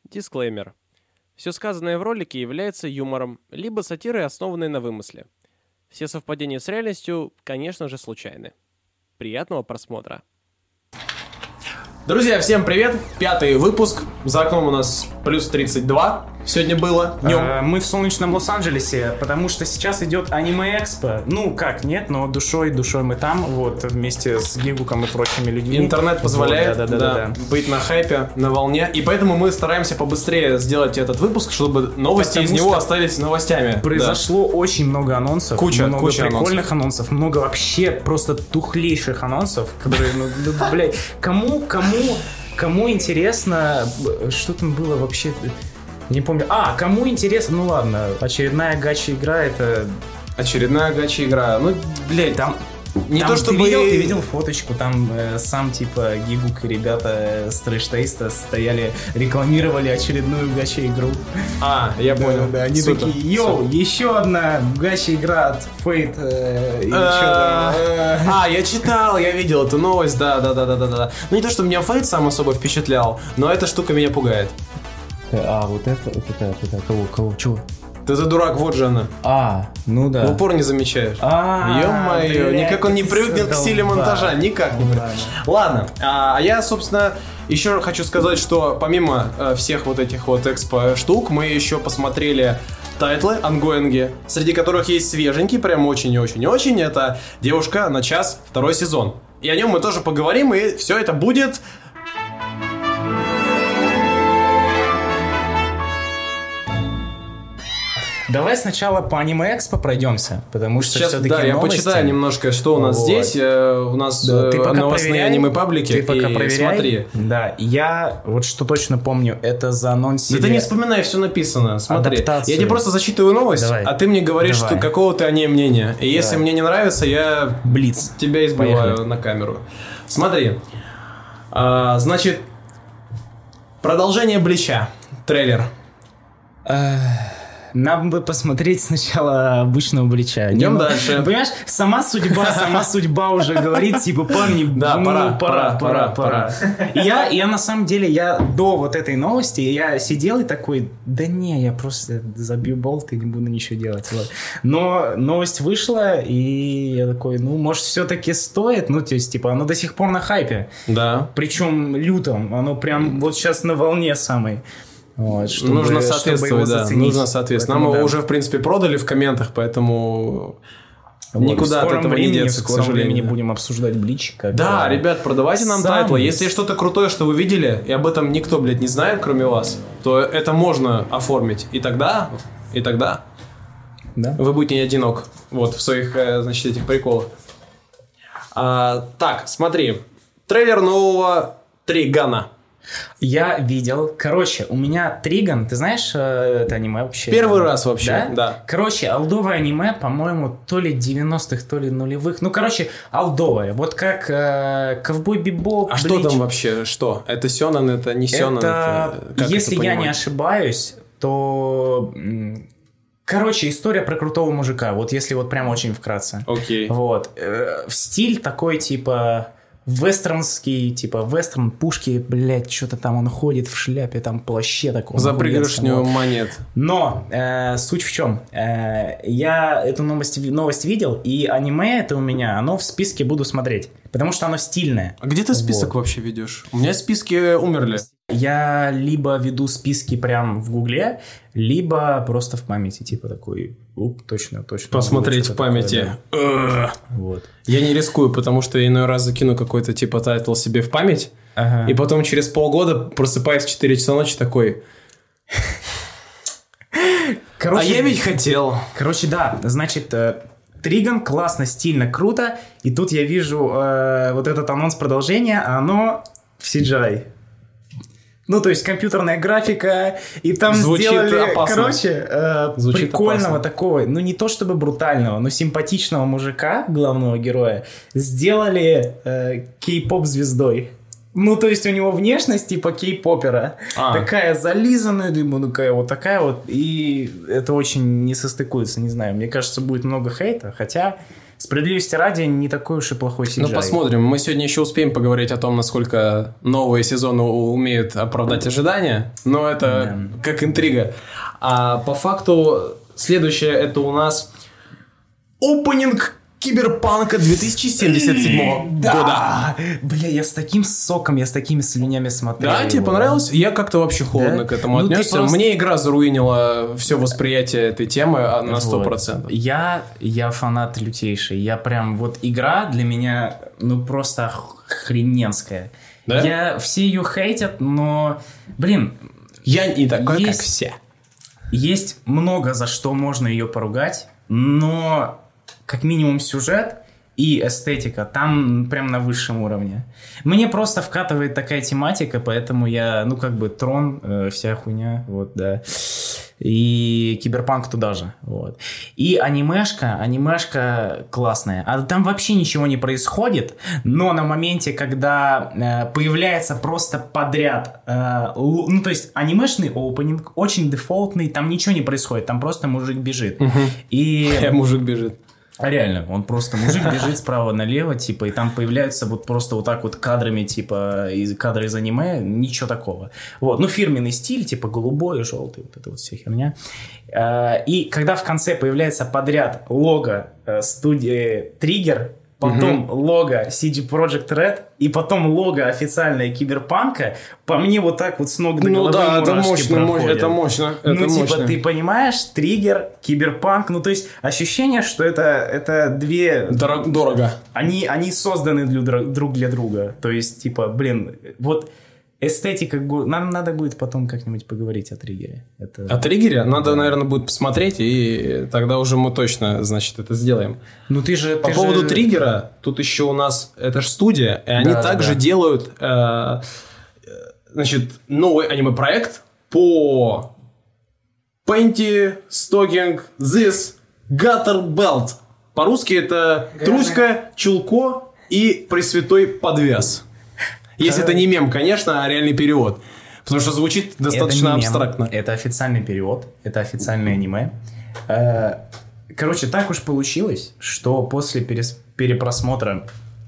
Дисклеймер. Все сказанное в ролике является юмором, либо сатирой, основанной на вымысле. Все совпадения с реальностью, конечно же, случайны. Приятного просмотра. Друзья, всем привет! 5-й выпуск. За окном у нас плюс 32. Сегодня было днем. Мы в солнечном Лос-Анджелесе, потому что сейчас идет аниме-экспо. Ну, как, нет, но душой мы там, вот, вместе с Гигуком и прочими людьми. Интернет позволяет вот, да. быть на хайпе, на волне. И поэтому мы стараемся побыстрее сделать этот выпуск, чтобы новости из него остались новостями. Произошло очень много анонсов. Куча прикольных анонсов. Много вообще просто тухлейших анонсов, которые, блядь, кому интересно, что там было вообще... Не помню. Кому интересно? Ну ладно, очередная гача-игра, это... Очередная гача-игра. Ну, блядь, там... Не там то чтобы... Ты видел фоточку, там сам типа Гигук и ребята с Трэш-Тейста стояли, рекламировали очередную гача-игру. Я понял. Да, они супер, такие, еще одна гача-игра от Fate. Я читал, я видел эту новость, да. Ну не то, что меня Fate сам особо впечатлял, но эта штука меня пугает. Вот это, кого, чего? Ты за дурак, вот же она. Ну да. В упор не замечаешь. Ё-моё, никак он не привыкнет к стилю монтажа, никак не привыкнет. Ладно, я, собственно, еще хочу сказать, что помимо всех вот этих вот экспо-штук, мы еще посмотрели тайтлы, ангоинги, среди которых есть свеженький, прям очень-очень-очень, это «Девушка на час», 2 сезон. И о нем мы тоже поговорим, и все это будет... Давай сначала по аниме-экспо пройдемся, потому что сейчас, все-таки я новости. почитаю немножко, что у нас здесь. У нас новостные аниме-паблики. Ты пока проверяй. Смотри. Да, я вот что точно помню, это заанонсили... Да ты не вспоминай, все написано. Смотри, адаптацию. Я тебе просто зачитываю новость, Давай. а ты мне говоришь, что какого ты о ней мнения. И если мне не нравится, я Блиц. тебя избиваю. Поехали. На камеру. Смотри. Значит, продолжение Блича. Трейлер. Нам бы посмотреть сначала обычного Блича. Идем дальше. Понимаешь, сама судьба уже говорит, типа, парни, пора. Я на самом деле, до вот этой новости, я сидел и такой, да не, я просто забью болт и не буду ничего делать. Вот. Но новость вышла, и я такой, может, все-таки стоит, то есть, типа, оно до сих пор на хайпе. Да. Причем лютом, оно прям вот сейчас на волне самой. Вот, нужно соответствовать, да. Нужно соответствовать. Нам его уже, в принципе, продали в комментах, поэтому никуда от этого не деться, к сожалению. В скором времени будем обсуждать Блич. Да, ребят, продавайте нам тайтлы. Если что-то крутое, что вы видели, и об этом никто, блядь, не знает, кроме вас, то это можно оформить. И тогда да? Вы будете не одинок. Вот, в своих, значит, этих приколах. Так, смотри. Трейлер нового Тригана. Я видел. Короче, у меня Триган, ты знаешь это аниме вообще? Первый раз вообще, да. Короче, олдовое аниме, по-моему, то ли 90-х, то ли нулевых. олдовое. Вот как Ковбой Бибоп, Блич. Что там вообще? Что? Это сёнэн, это не сёнэн? Это, если я не ошибаюсь, то... Короче, история про крутого мужика. Вот если вот прям очень вкратце. Окей. Вот. В стиль такой, типа... Вестернский, типа вестерн, пушки, блять, что-то там он ходит в шляпе, там плаще таком. За пригоршню монет. Но суть в чем? Я эту новость видел, и аниме это у меня, оно в списке буду смотреть, потому что оно стильное. А где ты список вообще ведешь? У меня списки умерли. Я либо веду списки прям в Гугле, либо просто в памяти, типа такой, точно. Посмотреть в памяти. Такое, да. Вот. Я не рискую, потому что я иной раз закину какой-то типа тайтл себе в память, и потом через полгода просыпаюсь в 4 часа ночи такой... Короче, я ведь хотел. Короче, да, значит... Триган, классно, стильно, круто. И тут я вижу вот этот анонс продолжения, а оно в CGI. То есть компьютерная графика, и там звучит сделали, опасно. Прикольного опасно. такого, не то чтобы брутального, но симпатичного мужика, главного героя, сделали кей-поп звездой. То есть у него внешность типа кей-попера. Такая зализанная, такая вот. И это очень не состыкуется, не знаю. Мне кажется, будет много хейта, хотя Справедливости ради, не такой уж и плохой CGI. Ну, посмотрим. Мы сегодня еще успеем поговорить о том, насколько новые сезоны умеют оправдать ожидания, но это как интрига. А по факту, следующее это у нас опенинг Киберпанка 2077 года. Бля, я с таким соком, я с такими слюнями смотрел. Да, тебе понравилось? Я как-то вообще холодно к этому отнесся. Просто... Мне игра заруинила все восприятие этой темы на 100%. Я фанат лютейший. Я прям, вот игра для меня, ну, просто охрененская. Да? Все ее хейтят, но, блин... Я не такой, как все. Есть много за что можно ее поругать, но... Как минимум сюжет и эстетика там прям на высшем уровне. Мне просто вкатывает такая тематика, поэтому я, ну, как бы Трон, вся хуйня, вот, да. И Киберпанк туда же, вот. И анимешка классная. А там вообще ничего не происходит, но на моменте, когда появляется просто подряд, ну, то есть анимешный опенинг, очень дефолтный, там ничего не происходит, там просто мужик бежит. Мужик бежит. А реально, он просто мужик бежит справа налево, типа, и там появляются вот просто вот так вот кадрами, типа, кадры из аниме, ничего такого. Вот, ну, фирменный стиль, типа, голубой, желтый, вот это вот вся херня. И когда в конце появляется подряд лого студии Trigger, потом лого CG Projekt Red, и потом лого официальное Киберпанка, по мне вот так вот с ног до головы мурашки проходят. Это мощно. Типа, ты понимаешь, Триггер, Киберпанк, ну, то есть, ощущение, что это две... Дорого. Они созданы друг для друга. То есть, типа, блин, вот... Эстетика... Нам надо будет потом как-нибудь поговорить о Триггере. О Триггере? Надо, наверное, будет посмотреть, и тогда уже мы точно, значит, это сделаем. Ну, По поводу Триггера, тут еще у нас... Это же студия, и они также делают, значит, новый аниме-проект по Panty Stocking This Gutter Belt. По-русски это труська, чулко и пресвятой подвяз. Если это не мем, конечно, а реальный перевод. Потому что звучит достаточно абстрактно. Это официальный перевод, это официальное аниме. Короче, так уж получилось, что после перепросмотра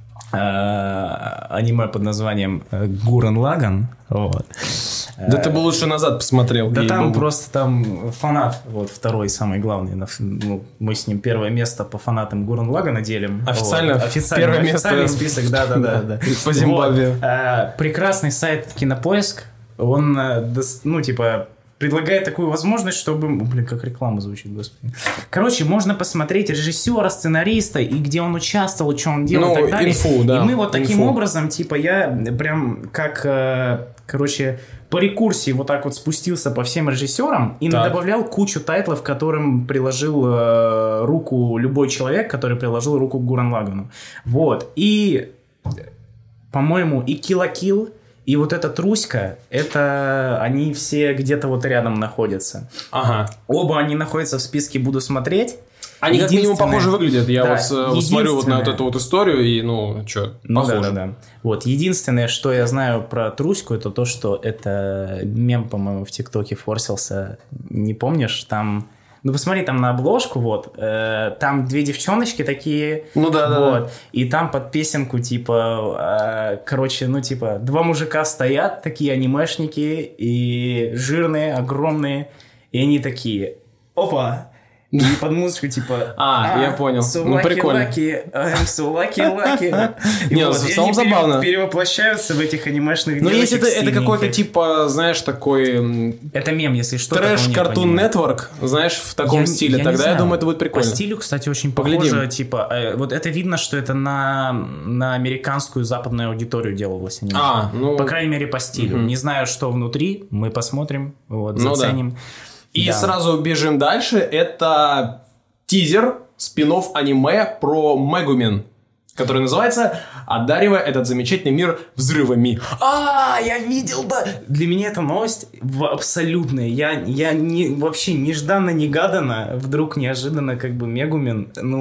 аниме под названием Гуррен Лаганн, вот. Да ты бы лучше назад посмотрел. Да там просто там фанат, вот второй самый главный. Ну, мы с ним первое место по фанатам Гуррен Лаганна делим. Официально? Вот. Первое место. Официальный список, да. По Зимбабве. Вот. Прекрасный сайт Кинопоиск. Он, ну, типа... предлагает такую возможность, чтобы... Блин, как реклама звучит, господи. Короче, можно посмотреть режиссера, сценариста, и где он участвовал, что он делал, и так далее. Инфу, да. И мы вот таким образом, типа, я прям как, короче, по рекурсии вот так вот спустился по всем режиссерам и добавлял кучу тайтлов, которым приложил руку любой человек, который приложил руку к Гуррен Лаганну. Вот. И, по-моему, и Kill la Kill, и вот эта Труська, это они все где-то вот рядом находятся. Ага. Оба они находятся в списке «Буду смотреть». Они как минимум похоже выглядят. Я вот смотрю вот на вот эту вот историю и, ну, что, похоже. Да. Вот, единственное, что я знаю про Труську, это то, что это мем, по-моему, в ТикТоке форсился. Не помнишь? Там... Ну, посмотри там на обложку, вот, там две девчоночки такие, ну да, вот, да. И там под песенку, типа, короче, ну, типа, два мужика стоят, такие анимешники, и жирные, огромные, и они такие, опа, и под музычку, типа, я понял, so ну, lucky, прикольно. Lucky, I'm so lucky. Не, в целом забавно. Перевоплощаются в этих анимешных девочек. Но если это какой-то, типа, знаешь, такой... Это мем, если что. Трэш-картун Network, знаешь, в таком стиле. Тогда я думаю, это будет прикольно. По стилю, кстати, очень похоже. Типа, вот это видно, что это на американскую западную аудиторию делалось аниме. Ну... По крайней мере, по стилю. Не знаю, что внутри, мы посмотрим, вот, заценим. Да. И сразу бежим дальше. Это тизер, спин-офф аниме про Мегумен, который называется «Одаривая этот замечательный мир взрывами». Я видел, да! Для меня это новость абсолютная. Я вообще нежданно-негаданно, вдруг неожиданно как бы Мегумен, ну,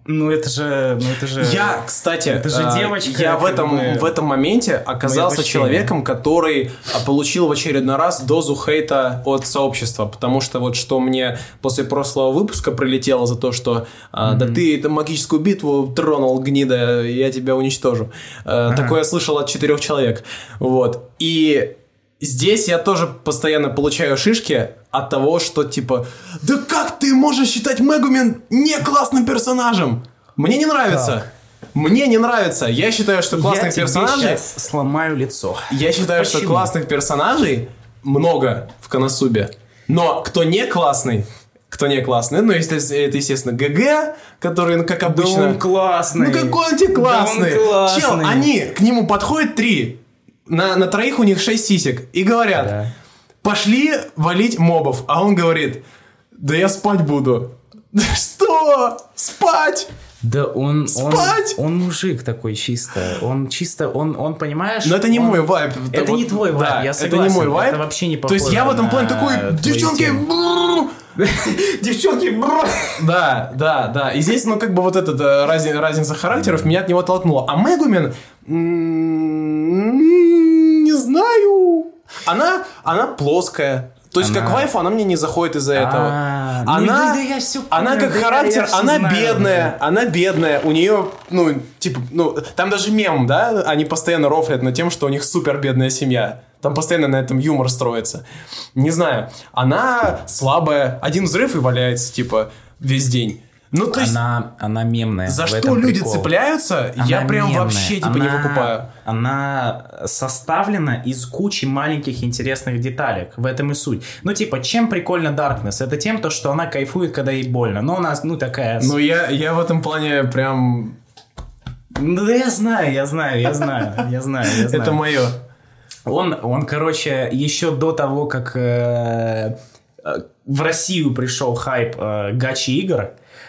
Ну это же... Я, кстати, это же девочка, я в этом моменте оказался человеком, который получил в очередной раз дозу хейта от сообщества, потому что вот что мне после прошлого выпуска прилетело за то, что да ты эту магическую битву тронул, гнида, я тебя уничтожу. Такое я слышал от 4 человек. Вот. И здесь я тоже постоянно получаю шишки от того, что типа, да как ты можешь считать Мегумен не классным персонажем? Мне не нравится. Мне не нравится. Я считаю, что классных персонажей... Я сейчас сломаю лицо. Я считаю, что классных персонажей много в Коносубе. Но кто не классный, ну, это, естественно, ГГ, который, ну, как обычно... Да он классный. Ну, какой он тебе классный? Да он классный. Чел, они к нему подходят 3. На 3 у них 6 сисек. И говорят, да. Пошли валить мобов. А он говорит, да я спать буду. Что? Спать? Да он спать? Он мужик такой чисто. Он понимаешь... Но это не мой вайб. Это не твой вайб, да, я согласен. Это не мой вайб. Это вообще не похоже. То есть я в этом плане такой, девчонки... Девчонки, да. И здесь, ну, как бы вот эта разница характеров меня от него толкнула. А Мегумен, не знаю. Она плоская. То есть, как вайфу, она мне не заходит из-за этого. Она как характер, она бедная. У нее, ну, типа, ну, там даже мем, да, они постоянно рофлят над тем, что у них супер бедная семья. Там постоянно на этом юмор строится. Не знаю. Она слабая. Один взрыв и валяется, типа, весь день. Ну, то есть... Она мемная. За что люди цепляются, я прям мемная. вообще, типа, не выкупаю. Она составлена из кучи маленьких интересных деталек. В этом и суть. Ну, типа, чем прикольно Darkness? Это тем, то, что она кайфует, когда ей больно. Но у нас, ну, такая... Ну, я в этом плане прям... Ну, да я знаю. Это мое. Он, короче, еще до того, как в Россию пришел хайп гачи-игр,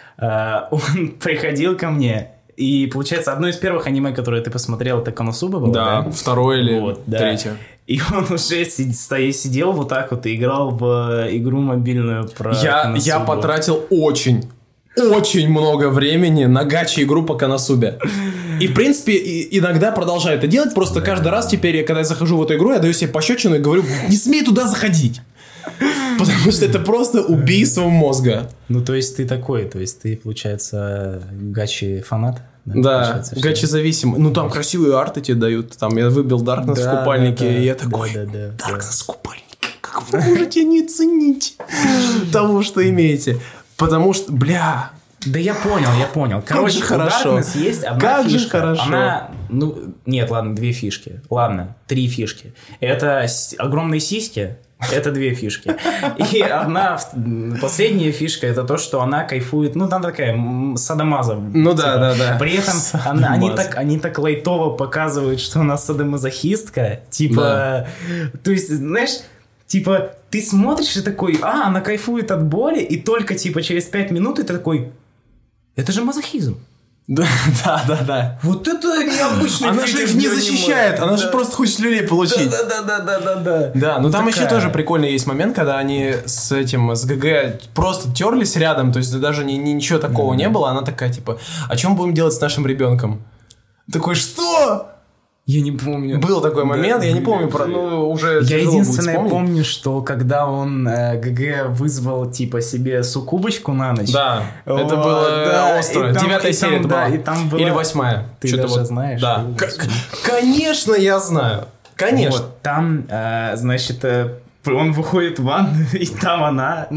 он приходил ко мне, и, получается, одно из первых аниме, которое ты посмотрел, это Коносуба было, да? Да, второе или третье. И он уже сидел вот так вот и играл в игру мобильную про Коносубу. Я потратил очень много времени на гачи-игру по Коносубе. И, в принципе, иногда продолжаю это делать. Просто каждый раз теперь, когда я захожу в эту игру, я даю себе пощечину и говорю, не смей туда заходить. Потому что это просто убийство мозга. Ну, то есть ты такой, то есть ты, получается, гачи-фанат? Да, гачи-зависимый. Ну, там красивые арты тебе дают. Там я выбил Darkness в купальнике, и я такой, Darkness в купальнике. Как вы можете не ценить того, что имеете? Потому что, бля... Да я понял. Короче, у Darkness есть одна фишка. Хорошо. Она, нет, ладно, 2 фишки. Ладно, 3 фишки. Это огромные сиськи. Это 2 фишки. И одна последняя фишка — это то, что она кайфует. Ну, там такая садомаза. Ну типа. Да. При этом они так лайтово показывают, что она садомазохистка. Типа, да. То есть, знаешь, типа, ты смотришь и такой, она кайфует от боли, и только типа через 5 минут ты такой, это же мазохизм. Да. Вот это необычный она же их не защищает, она же просто хочет людей получить. Да. Да, ну там еще тоже прикольный есть момент, когда они с ГГ просто терлись рядом, то есть даже ничего такого не было, она такая типа, а что мы будем делать с нашим ребенком? Такой, что? Я не помню. Был такой момент, я не помню, уже я единственное помню, что когда он ГГ вызвал типа себе суккубочку на ночь. Да, это было остро. 9-я серия была. Или 8-я. Ты даже знаешь? Да. Конечно, я знаю. Конечно. Вот, там, значит, он выходит в ванну, и там она,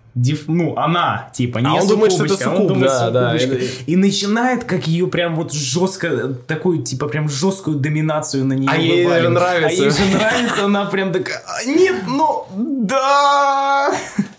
она, типа, не он думает, что это суккуб, да. И начинает, как ее прям вот жестко, такую, типа, прям жесткую доминацию на нее ей же нравится. Она прям такая, нет, да!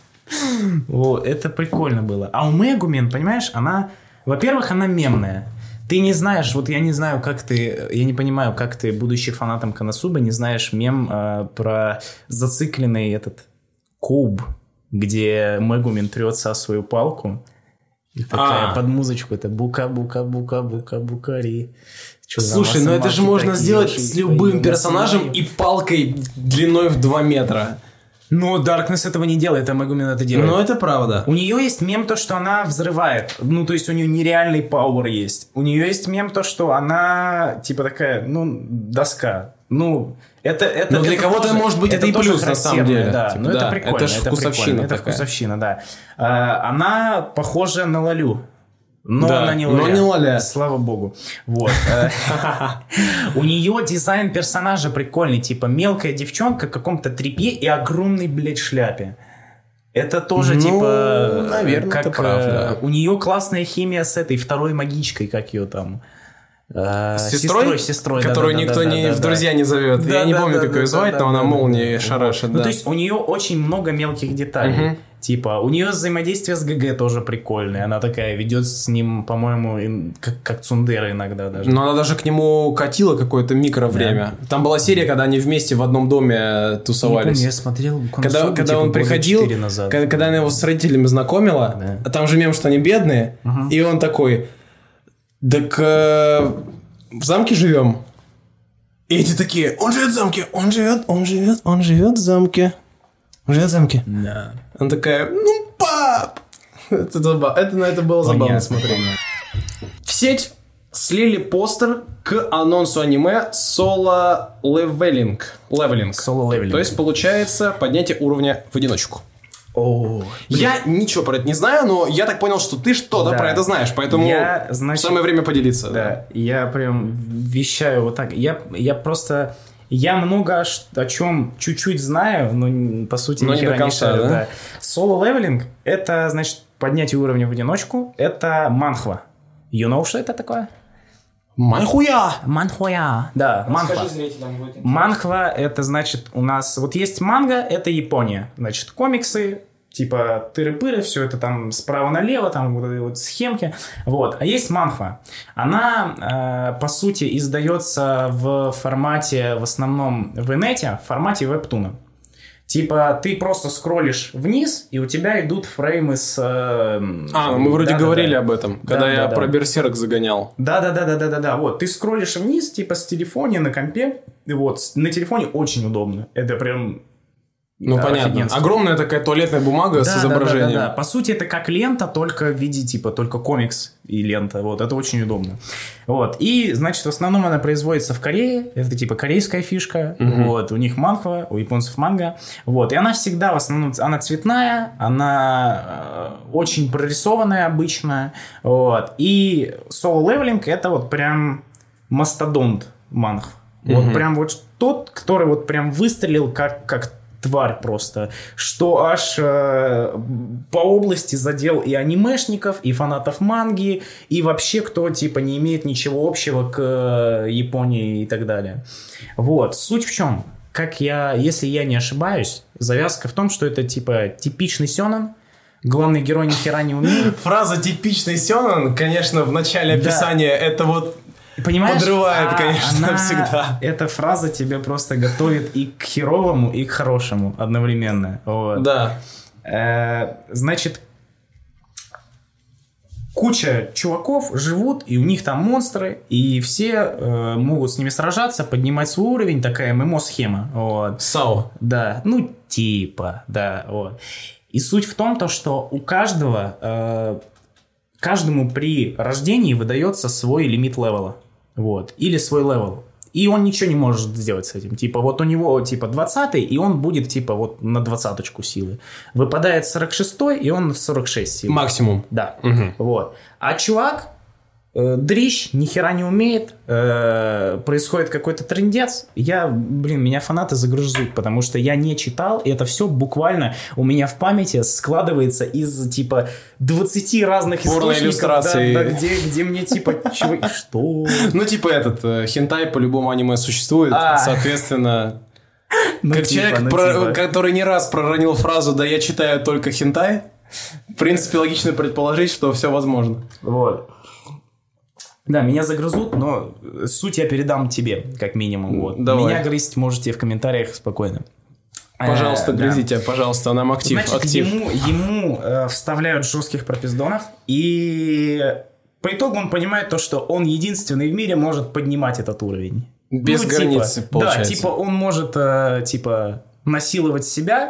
Вот, это прикольно было. А у Мегумен, понимаешь, она, во-первых, она мемная. Ты не знаешь, вот я не знаю, я не понимаю, как ты, будучи фанатом Коносубы, не знаешь мем про зацикленный этот куб, где Мегумен трется о свою палку. И такая под музычку, это бука-бука-бука-бука-букари. Слушай, это же можно сделать с любым персонажем и палкой длиной в 2 метра. Но Darkness этого не делает, а Megumin это делает. Ну, это правда. У нее есть мем то, что она взрывает. Ну, то есть у нее нереальный пауэр есть. У нее есть мем то, что она, типа, такая, ну, доска. Ну, это но для кого-то, тоже, может быть, это и плюс, на самом деле. Да, типа, ну, это прикольно. Это же вкусовщина. Это вкусовщина, да. Она похожа на Лалю. Но да, она не Лаля. Но не Лаля. Слава богу. Вот. У нее дизайн персонажа прикольный. Типа мелкая девчонка в каком-то тряпье и огромной, блядь, шляпе. Это тоже, типа... наверное, как, это правда. У нее классная химия с этой второй магичкой, как ее там... С сестрой, которую никто в друзья не зовет. Да, я не помню, как ее звать, но она молнией шарашит. Ну, то есть у нее очень много мелких деталей. Типа, у нее взаимодействие с ГГ тоже прикольное. Она такая ведет с ним, по-моему, как цундера иногда даже. Но она даже к нему катила какое-то микровремя. Да. Там была серия, когда они вместе в одном доме тусовались. Не помню, я смотрел концовку, когда он приходил, когда она его с родителями знакомила, там же мем, что они бедные, и он такой... Так в замке живем. И эти такие, он живет в замке, он живет в замке. Он живет в замке. Да. Она такая, ну, пап! Это было забавно смотреть. В сеть слили постер к анонсу аниме Solo Leveling. То есть, получается, поднятие уровня в одиночку. Я ничего про это не знаю, но я так понял, что ты что-то про это знаешь, поэтому самое время поделиться. Да, я прям вещаю вот так. Я просто... Я много о чем чуть-чуть знаю, но по сути но ни хера не шарю. Да? Solo Leveling — это, значит, поднятие уровня в одиночку. Это манхва. You know, что это такое? Манхуя! Да, манхва. Манхва — это, значит, у нас... Вот есть манга, это Япония. Значит, комиксы, типа тыры-пыры, все это там справа налево, там вот схемки. Вот. А есть манхва. Она, по сути, издается в формате, в основном в инете, в формате вебтуна. Типа, ты просто скроллишь вниз, и у тебя идут фреймы с... мы вроде говорили об этом, когда я про Берсерк загонял. Да. Вот, ты скроллишь вниз, типа, с телефона на компе. Вот, на телефоне очень удобно. Это прям... Ну, понятно. Офигенски. Огромная такая туалетная бумага с изображением. Да. По сути, это как лента, только в виде, типа, только комикс и лента. Вот, это очень удобно. Вот. И, значит, в основном она производится в Корее. Это, типа, корейская фишка. Вот. У них манхва, у японцев манга. Вот. И она всегда, в основном, она цветная, она очень прорисованная обычно. Вот. И Solo Leveling — это вот прям мастодонт манхв. Вот прям вот тот, который вот прям выстрелил как тварь просто, что аж по области задел и анимешников, и фанатов манги, и вообще кто типа не имеет ничего общего к Японии и так далее. Вот. Суть в чем? Если я не ошибаюсь, завязка в том, что это типа типичный сёнэн, главный герой ни хера не умеет. Фраза «типичный сёнэн», конечно, в начале описания это вот понимаешь? Подрывает, конечно, всегда. Эта фраза тебя просто готовит и к херовому, и к хорошему одновременно. Вот. Да. Значит, куча чуваков живут, и у них там монстры, и все могут с ними сражаться, поднимать свой уровень, такая ММО-схема. Вот. САО. Да, ну типа, да. Вот. И суть в том, что у каждому при рождении выдается свой лимит левела. Вот. Или свой левел. И он ничего не может сделать с этим. Типа, вот у него, типа, 20-й, и он будет, типа, вот на 20-очку силы. Выпадает 46-й, и он в 46 силы. Максимум. Да. Вот. А чувак, дрищ, ни хера не умеет, происходит какой-то трындец, меня фанаты загрызут, потому что я не читал, и это все буквально у меня в памяти складывается из, типа, 20 разных источников, иллюстрации. Где мне, типа, что? Ну, типа хентай по-любому аниме существует, соответственно... Как человек, который не раз проронил фразу «да я читаю только хентай», в принципе, логично предположить, что все возможно. Вот. Да, меня загрызут, но суть я передам тебе, как минимум. Вот. Меня грызть можете в комментариях спокойно. Пожалуйста, грызите, пожалуйста, нам актив. Значит, ему вставляют жестких пропиздонов, и по итогу он понимает то, что он единственный в мире может поднимать этот уровень. Без границы, получается. Да, типа он может, насиловать себя,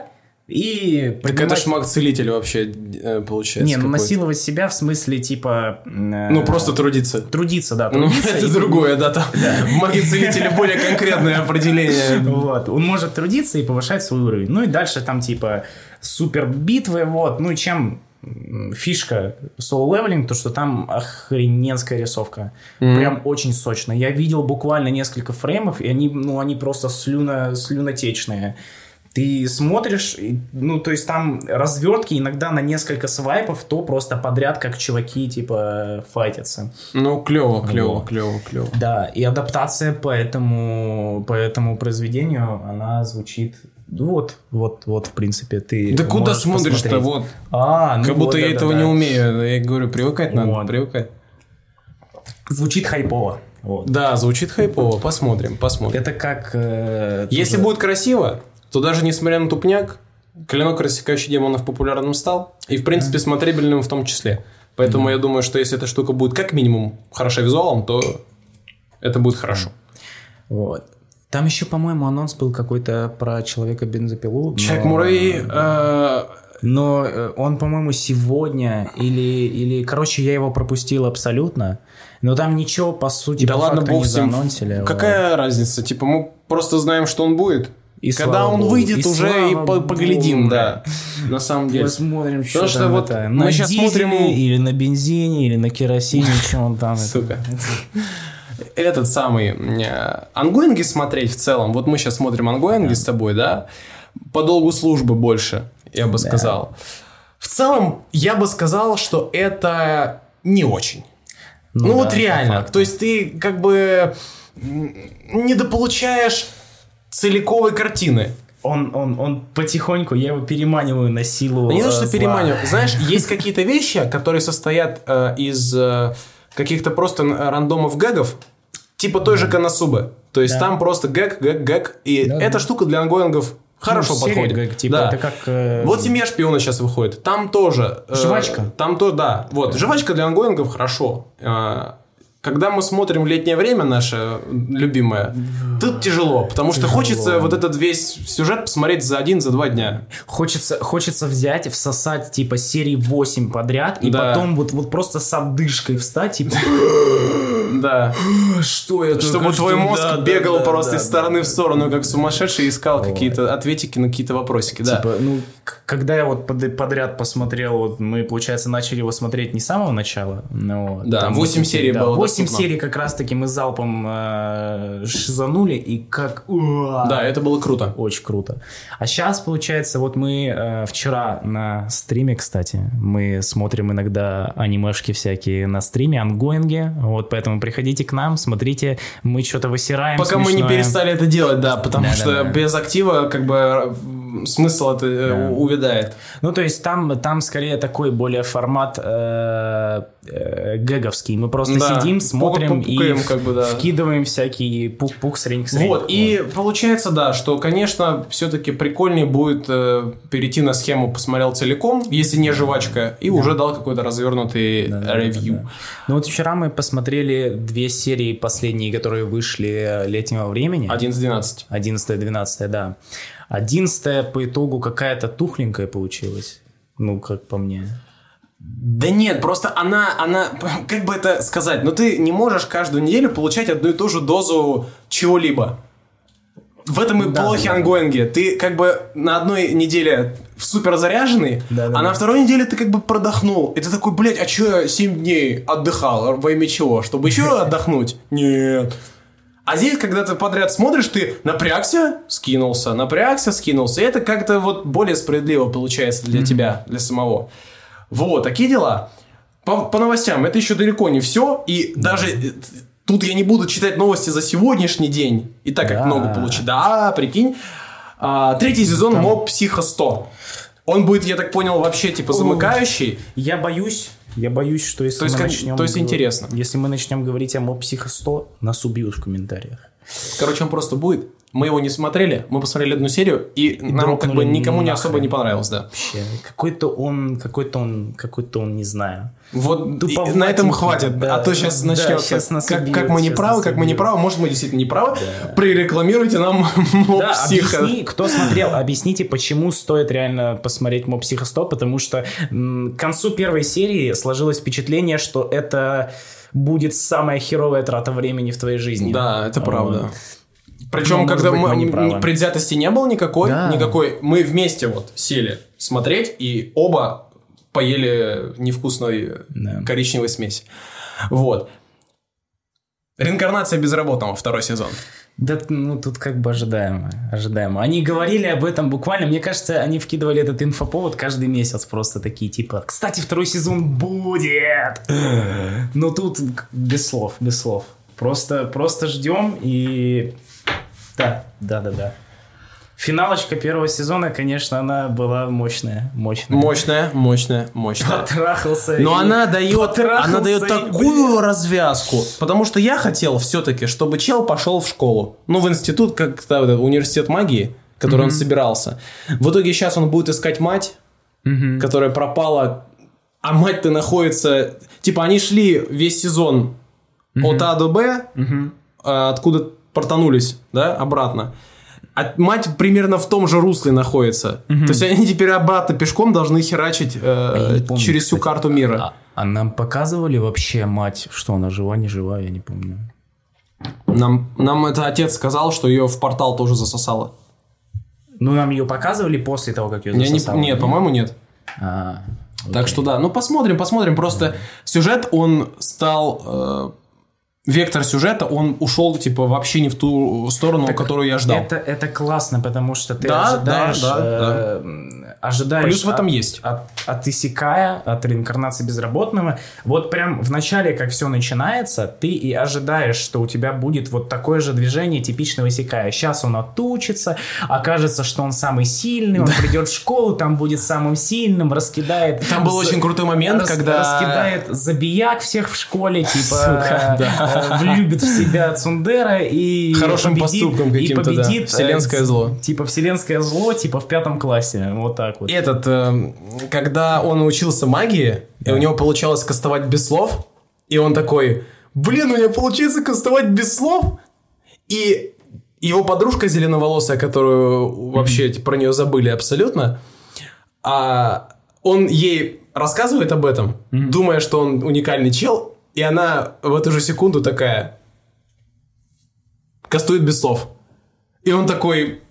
И так это ж маг-целитель вообще получается. Не, ну насиловать себя в смысле типа... Ну просто трудиться. Трудиться, да. Ну это другое, да. Там в маге-целителе более конкретное определение. Вот. Он может трудиться и повышать свой уровень. Ну и дальше там типа супер битвы, вот. Ну и чем фишка соло-левелинг, то что там охрененская рисовка. Прям очень сочно. Я видел буквально несколько фреймов, и они просто слюнотечные. Ты смотришь, ну, то есть там развертки иногда на несколько свайпов, то просто подряд, как чуваки, типа, файтятся. Ну, клево. Да, и адаптация по этому произведению, она звучит... Вот, в принципе, ты... Да куда смотришь-то, вот. Как будто я этого не умею. Я говорю, привыкать надо, привыкать. Звучит хайпово. Вот. Да, звучит хайпово, посмотрим. Это как... Если будет красиво, то даже несмотря на тупняк, клинок, рассекающий демонов, популярным стал. И, в принципе, смотрибельным в том числе. Поэтому я думаю, что если эта штука будет как минимум хороша визуалом, то это будет хорошо. Вот. Там еще, по-моему, анонс был какой-то про Человека-бензопилу. Человек-муравей... Но он, по-моему, сегодня или... Короче, я его пропустил абсолютно. Но там ничего, по сути, да по ладно, факту бог не с ним. заанонсили. Какая разница? Типа, мы просто знаем, что он будет. И когда он выйдет, уже и поглядим, да. На самом деле. Посмотрим, что Потому там вот это. Мы На сейчас дизеле, смотрим... или на бензине, или на керосине, что он там. Сука. Этот самый... Ангоинги смотреть в целом. Вот мы сейчас смотрим ангоинги с тобой, да? По долгу службы больше, я бы сказал. В целом, я бы сказал, что это не очень. Ну вот реально. То есть ты как бы недополучаешь целиковой картины. Он потихоньку, я его переманиваю на силу. Не то, что переманиваю. Знаешь, есть какие-то вещи, которые состоят из каких-то просто рандомов гэгов, типа той же Коносубы. То есть там просто гэг. И эта штука для ангоингов хорошо подходит. Гэг, типа, да. Это как, Вот «Семья шпиона» сейчас выходит. Там тоже... Жвачка. Там то, да. Вот, жвачка для ангоингов хорошо. Когда мы смотрим «Летнее время» наше любимое, тут тяжело, потому что хочется вот этот весь сюжет посмотреть за 1-2 дня. Хочется взять, всосать типа серии 8 подряд, и потом вот просто с отдышкой встать, типа... Да. Что это? Чтобы твой мозг бегал просто из стороны в сторону, как сумасшедший, и искал какие-то ответики на какие-то вопросики. Да. Типа, ну, когда я вот подряд посмотрел, вот мы, получается, начали его смотреть не с самого начала. Но да, там 8 серий было. 8 серий как раз-таки мы залпом шизанули, и как... Да, это было круто. Очень круто. А сейчас, получается, вот мы вчера на стриме, кстати, мы смотрим иногда анимешки всякие на стриме, ангоинги, вот, поэтому приходите к нам, смотрите, мы что-то высираем. Пока мы не перестали это делать, да, потому что без актива как бы смысл это увядает. Ну, то есть там скорее такой более формат гэговский. Мы просто сидим, смотрим и как бы, да. вкидываем всякий пук-пук средних. Вот, и получается, да, что, конечно, все-таки прикольнее будет перейти на схему «посмотрел целиком», если не жвачка, и уже дал какой-то развернутый ревью. Да. Ну, вот вчера мы посмотрели 2 серии последние, которые вышли «Летнего времени». 11-12. 11-12, да. 11 по итогу какая-то тухленькая получилась. Ну, как по мне. Да нет, просто она, как бы это сказать, но ты не можешь каждую неделю получать одну и ту же дозу чего-либо. В этом и плохи ангоинги. Ты как бы на одной неделе супер заряженный, а на второй неделе ты как бы продохнул. И ты такой, блядь, а чё я 7 дней отдыхал? Во имя чего? Чтобы еще отдохнуть? Нет. А здесь, когда ты подряд смотришь, ты напрягся, скинулся. И это как-то вот более справедливо получается для тебя, для самого. Вот, такие дела. По новостям, это еще далеко не все. И даже тут я не буду читать новости за сегодняшний день. И так как много получить. Да, прикинь. 3-й сезон Mob Psycho 100. Он будет, я так понял, вообще типа замыкающий. Я боюсь, что если мы начнем... То есть интересно. Если мы начнем говорить о Mob Psycho 100, нас убьют в комментариях. Короче, он просто будет. Мы его не смотрели, мы посмотрели одну серию, и нам как бы никому не особо не понравилось, да. Вообще, какой-то он, не знаю. Вот на этом хватит, да. А то сейчас начнется, как мы не правы, может, мы действительно не правы, да. Прорекламируйте нам Моб Психо. Кто смотрел, объясните, почему стоит реально посмотреть Моб Психо 100, потому что к концу первой серии сложилось впечатление, что это будет самая херовая трата времени в твоей жизни. Да, это правда. Причем, когда предвзятости не было никакой, мы вместе вот сели смотреть, и оба поели невкусной коричневой смеси. Вот. Реинкарнация безработного, 2 сезон. Да, тут как бы ожидаемо. Они говорили об этом буквально, мне кажется, они вкидывали этот инфоповод каждый месяц, просто такие, типа, кстати, 2 сезон будет! Но тут без слов. Просто ждем и... Да. Финалочка 1 сезона, конечно, она была мощная. Потрахался. Но она дает такую развязку. Потому что я хотел все-таки, чтобы чел пошел в школу. В институт, как университет магии, в который он собирался. В итоге сейчас он будет искать мать, которая пропала. А мать-то находится... Типа, они шли весь сезон от А до Б, откуда портанулись, да, обратно. А мать примерно в том же русле находится. То есть они теперь обратно пешком должны херачить через всю карту мира. А нам показывали вообще мать, что она жива, не жива, я не помню. Нам это отец сказал, что ее в портал тоже засосало. Нам ее показывали после того, как ее засосало? Нет, по-моему, нет. Так что да, посмотрим. Просто сюжет, он стал... Вектор сюжета, он ушел, типа, вообще не в ту сторону, которую я ждал. Это классно, потому что ты ожидаешь... Плюс в этом есть. От Исекая, от реинкарнации безработного. Вот прям в начале, как все начинается, ты и ожидаешь, что у тебя будет вот такое же движение типичного Исекая. Сейчас он отучится, окажется, что он самый сильный, он придет в школу, там будет самым сильным, раскидает... Там был очень крутой момент, когда... Раскидает забияк всех в школе, типа... Влюбит в себя Цундера и хорошим поступком каким-то, победит вселенское зло. Типа вселенское зло, типа в 5 классе. Вот так вот. Когда он учился магии, и у него получалось кастовать без слов, и он такой, у меня получается кастовать без слов, и его подружка зеленоволосая, которую вообще про нее забыли абсолютно, он ей рассказывает об этом, думая, что он уникальный чел, и она в эту же секунду такая кастует без слов. И он такой...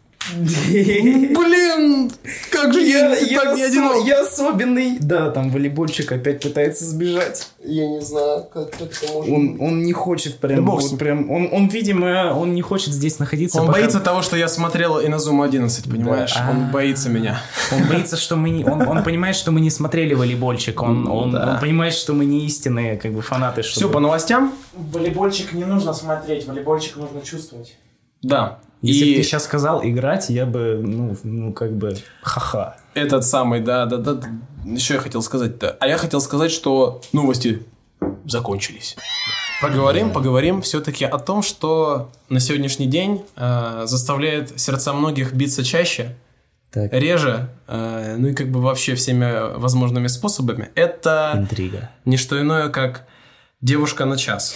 как же я так не одинок. Я особенный. Да, там волейбольчик опять пытается сбежать. Я не знаю, как это может... Он не хочет прям... Он, видимо, он не хочет здесь находиться. Он боится того, что я смотрел Иназума 11, понимаешь? Он боится меня. Он боится, что мы не... Он понимает, что мы не смотрели волейбольчик. Он понимает, что мы не истинные как бы фанаты. Все, по новостям? Волейбольчик не нужно смотреть, волейбольчик нужно чувствовать. Да. Если бы ты сейчас сказал играть, я бы, как бы, ха-ха. Этот самый, да. Еще я хотел сказать-то. А я хотел сказать, что новости закончились. Поговорим все-таки о том, что на сегодняшний день заставляет сердца многих биться чаще, реже, и как бы вообще всеми возможными способами. Это интрига. Не что иное, как девушка на час.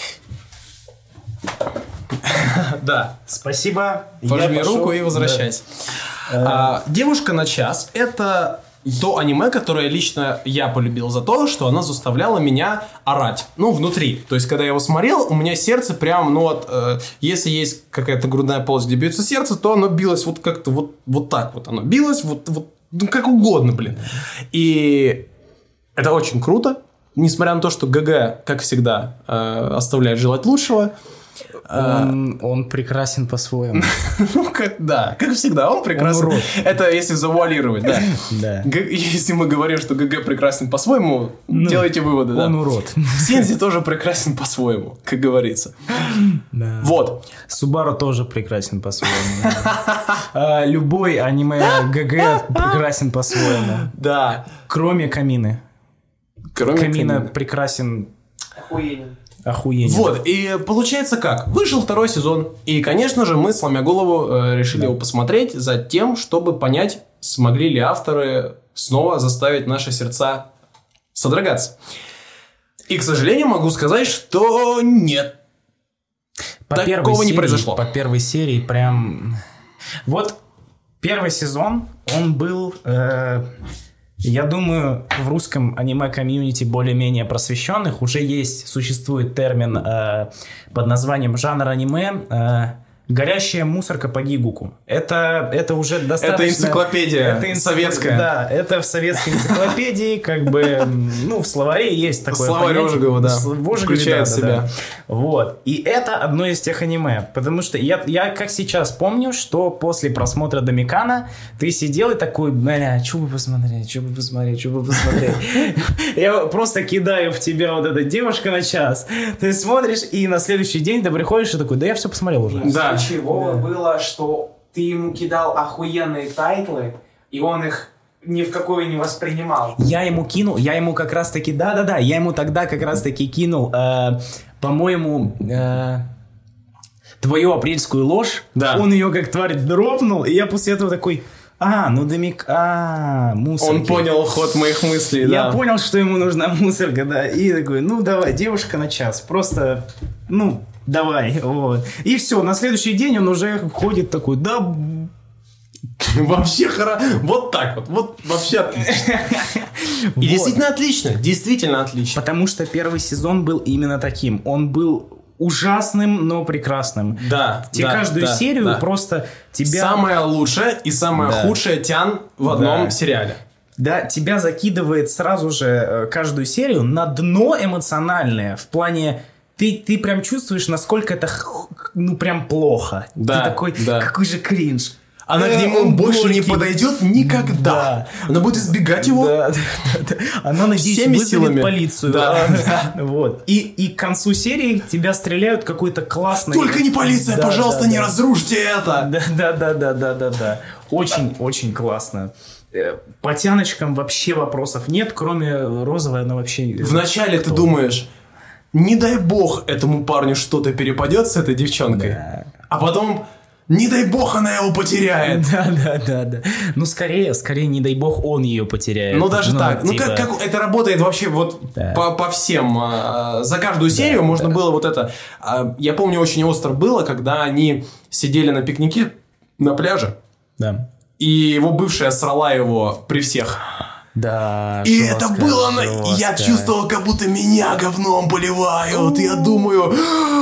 Да. Спасибо. Пожми руку и возвращайся. Девушка на час — это то аниме, которое лично я полюбил за то, что она заставляла меня орать. Внутри. То есть, когда я его смотрел, у меня сердце прям, если есть какая-то грудная полость, где бьется сердце, то оно билось вот как-то вот так вот. Оно билось как угодно, блин. И это очень круто. Несмотря на то, что ГГ, как всегда, оставляет желать лучшего. Он прекрасен по-своему. Как всегда, он прекрасен. Он урод. Это если завуалировать, да. Если мы говорим, что ГГ прекрасен по-своему, делайте выводы, да. Он урод. Синзи тоже прекрасен по-своему, как говорится. Вот. Субару тоже прекрасен по-своему. Любой аниме ГГ прекрасен по-своему. Да. Кроме Камины. Камина прекрасен... Охуенен. Охуенно. Вот, и получается как? Вышел второй сезон, и, конечно же, мы, сломя голову, решили его посмотреть за тем, чтобы понять, смогли ли авторы снова заставить наши сердца содрогаться. И, к сожалению, могу сказать, что нет. Такого не произошло. По первой серии прям... Вот первый сезон, он был... Я думаю, в русском аниме-комьюнити более-менее просвещенных уже существует термин под названием жанр аниме «горящая мусорка по Гигуку». Это уже достаточно... Это энциклопедия советская. Да, это в советской энциклопедии, как бы, в словаре есть такое Словарь понятие. Ожегова, да. Включает в себя. Да. Вот. И это одно из тех аниме. Потому что я как сейчас помню, что после просмотра Домикана ты сидел и такой, бля, что бы посмотреть. Я просто кидаю в тебя вот эта девушка на час. Ты смотришь, и на следующий день ты приходишь и такой, да я все посмотрел уже. Да. Ключевого было, что ты ему кидал охуенные тайтлы, и он их ни в какой не воспринимал. Я ему как раз таки, я ему тогда как раз таки кинул, по-моему, «Твою апрельскую ложь». Да. Он ее как тварь дропнул, и я после этого такой... мусорки. Он понял ход моих мыслей, да. Я понял, что ему нужна мусорка, да. И такой, давай, девушка на час. Просто, давай, вот. И все, на следующий день он уже ходит такой, да... Вообще вот так вот вообще отлично. И действительно отлично. Потому что первый сезон был именно таким. Он был ужасным, но прекрасным. Да. Каждую серию просто тебя... Самое лучшее и самое худшее тян в одном сериале. Да, тебя закидывает сразу же каждую серию на дно эмоциональное. В плане... Ты прям чувствуешь, насколько это, прям плохо. Да, ты такой, какой же кринж. Она к нему больше не подойдет никогда. Да. Она будет избегать его. Да. Она, надеюсь, вызовет полицию. Да. Вот. И к концу серии тебя стреляют какой-то классный... Только не полиция, пожалуйста, не разрушьте это. Да. Очень классно. По тяночкам вообще вопросов нет, кроме розовой, она вообще... Вначале ты думаешь, не дай бог этому парню что-то перепадет с этой девчонкой, а потом... Не дай бог она его потеряет. Да. Скорее, не дай бог он ее потеряет. Даже так. Типа... Как это работает вообще по всем. За каждую серию можно было вот это... Я помню, очень остро было, когда они сидели на пикнике на пляже. Да. И его бывшая срала его при всех. Да. И это было... Я чувствовал, как будто меня говном поливают. Я думаю...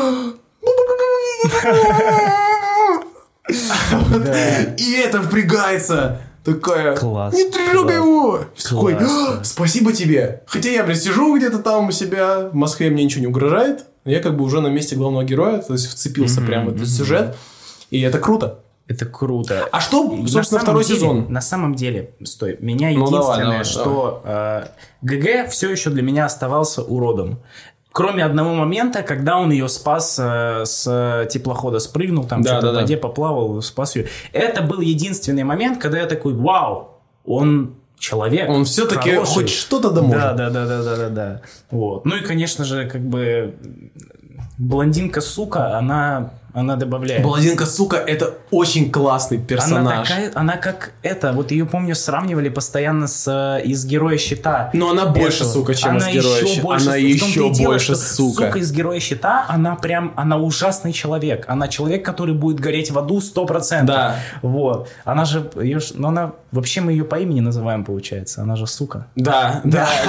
И это впрягается. Такая, класс, не трогай его. Такой, спасибо тебе. Хотя я, сижу где-то там у себя, в Москве мне ничего не угрожает. Я как бы уже на месте главного героя, то есть вцепился прямо в этот сюжет. И это круто. Это круто. А что, собственно, второй сезон? На самом деле, меня единственное, что ГГ все еще для меня оставался уродом. Кроме одного момента, когда он ее спас с теплохода, спрыгнул, там что-то в воде поплавал, спас ее. Это был единственный момент, когда я такой, вау, он человек. Он все-таки хоть что-то может. Да. Вот. Ну и, конечно же, как бы блондинка-сука, она добавляет. Блондинка-сука — это очень классный персонаж. Она как это, вот ее, помню, сравнивали постоянно из Героя Щита. Но она больше сука, чем из Героя Щита. Она еще больше сука. Сука из Героя Щита, она ужасный человек. Она человек, который будет гореть в аду 100%. Да. Вот. Она же, вообще мы ее по имени называем, получается. Она же сука. Да.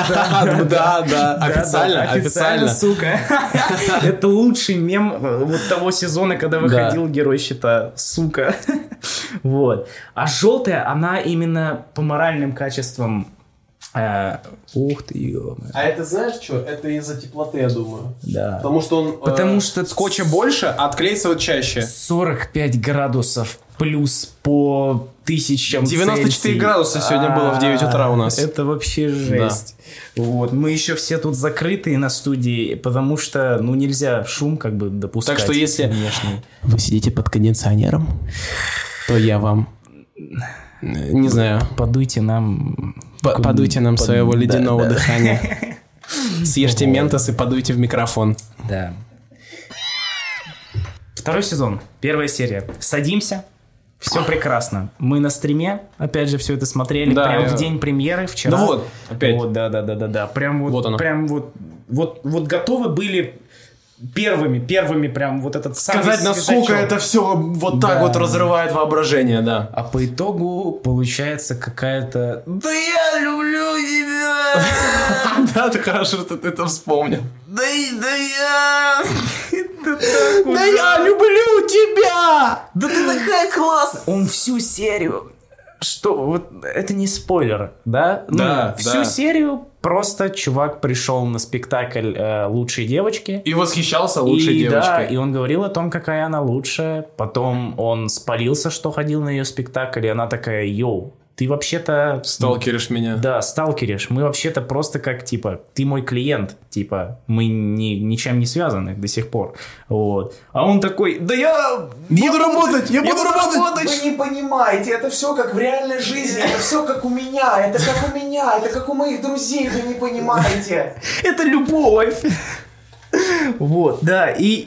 Официально. Сука. Это лучший мем вот того сезона, когда выходил Герой Щита. Сука. Вот. А желтая, она именно по моральным качествам... Ух ты, ё-моё. А это знаешь что? Это из-за теплоты, я думаю. Да. Потому что скотча больше, а отклеится чаще. 45 градусов плюс по 1000 94 Цельсий. Градуса сегодня было в 9 утра у нас. Это вообще жесть. Да. Вот. Мы еще все тут закрытые на студии, потому что, нельзя шум как бы допускать. Так что если внешний. Вы сидите под кондиционером, то я вам... Не знаю. Подуйте нам... Подуйте нам своего ледяного дыхания. Съешьте ментос и подуйте в микрофон. Да. Второй сезон, первая серия. Садимся. Все прекрасно. Мы на стриме, опять же, все это смотрели. Да, прям в день премьеры вчера. Да вот, опять. Вот, да. Прям вот, вот оно. Прям вот готовы были первыми прям вот этот самый сказать, насколько свежачок. Это все вот так вот разрывает воображение, да. А по итогу получается какая-то... Да я люблю тебя! Да, ты хорошо, что ты это вспомнил. Да я... Да я люблю тебя! Да ты такая классная! Он всю серию... Что, вот это не спойлер, да? Да, всю серию просто чувак пришел на спектакль «Лучшие девочки». И восхищался лучшей девочкой. Да, и он говорил о том, какая она лучшая. Потом он спалился, что ходил на ее спектакль, и она такая: йоу, ты вообще-то... Сталкеришь меня. Да, сталкеришь. Мы вообще-то просто как, типа, ты мой клиент. Типа, мы ничем не связаны до сих пор. Вот. А он такой: да я буду работать! Вы не понимаете, это все как в реальной жизни, это все как у меня, это как у моих друзей, вы не понимаете. Это любовь. Вот, да,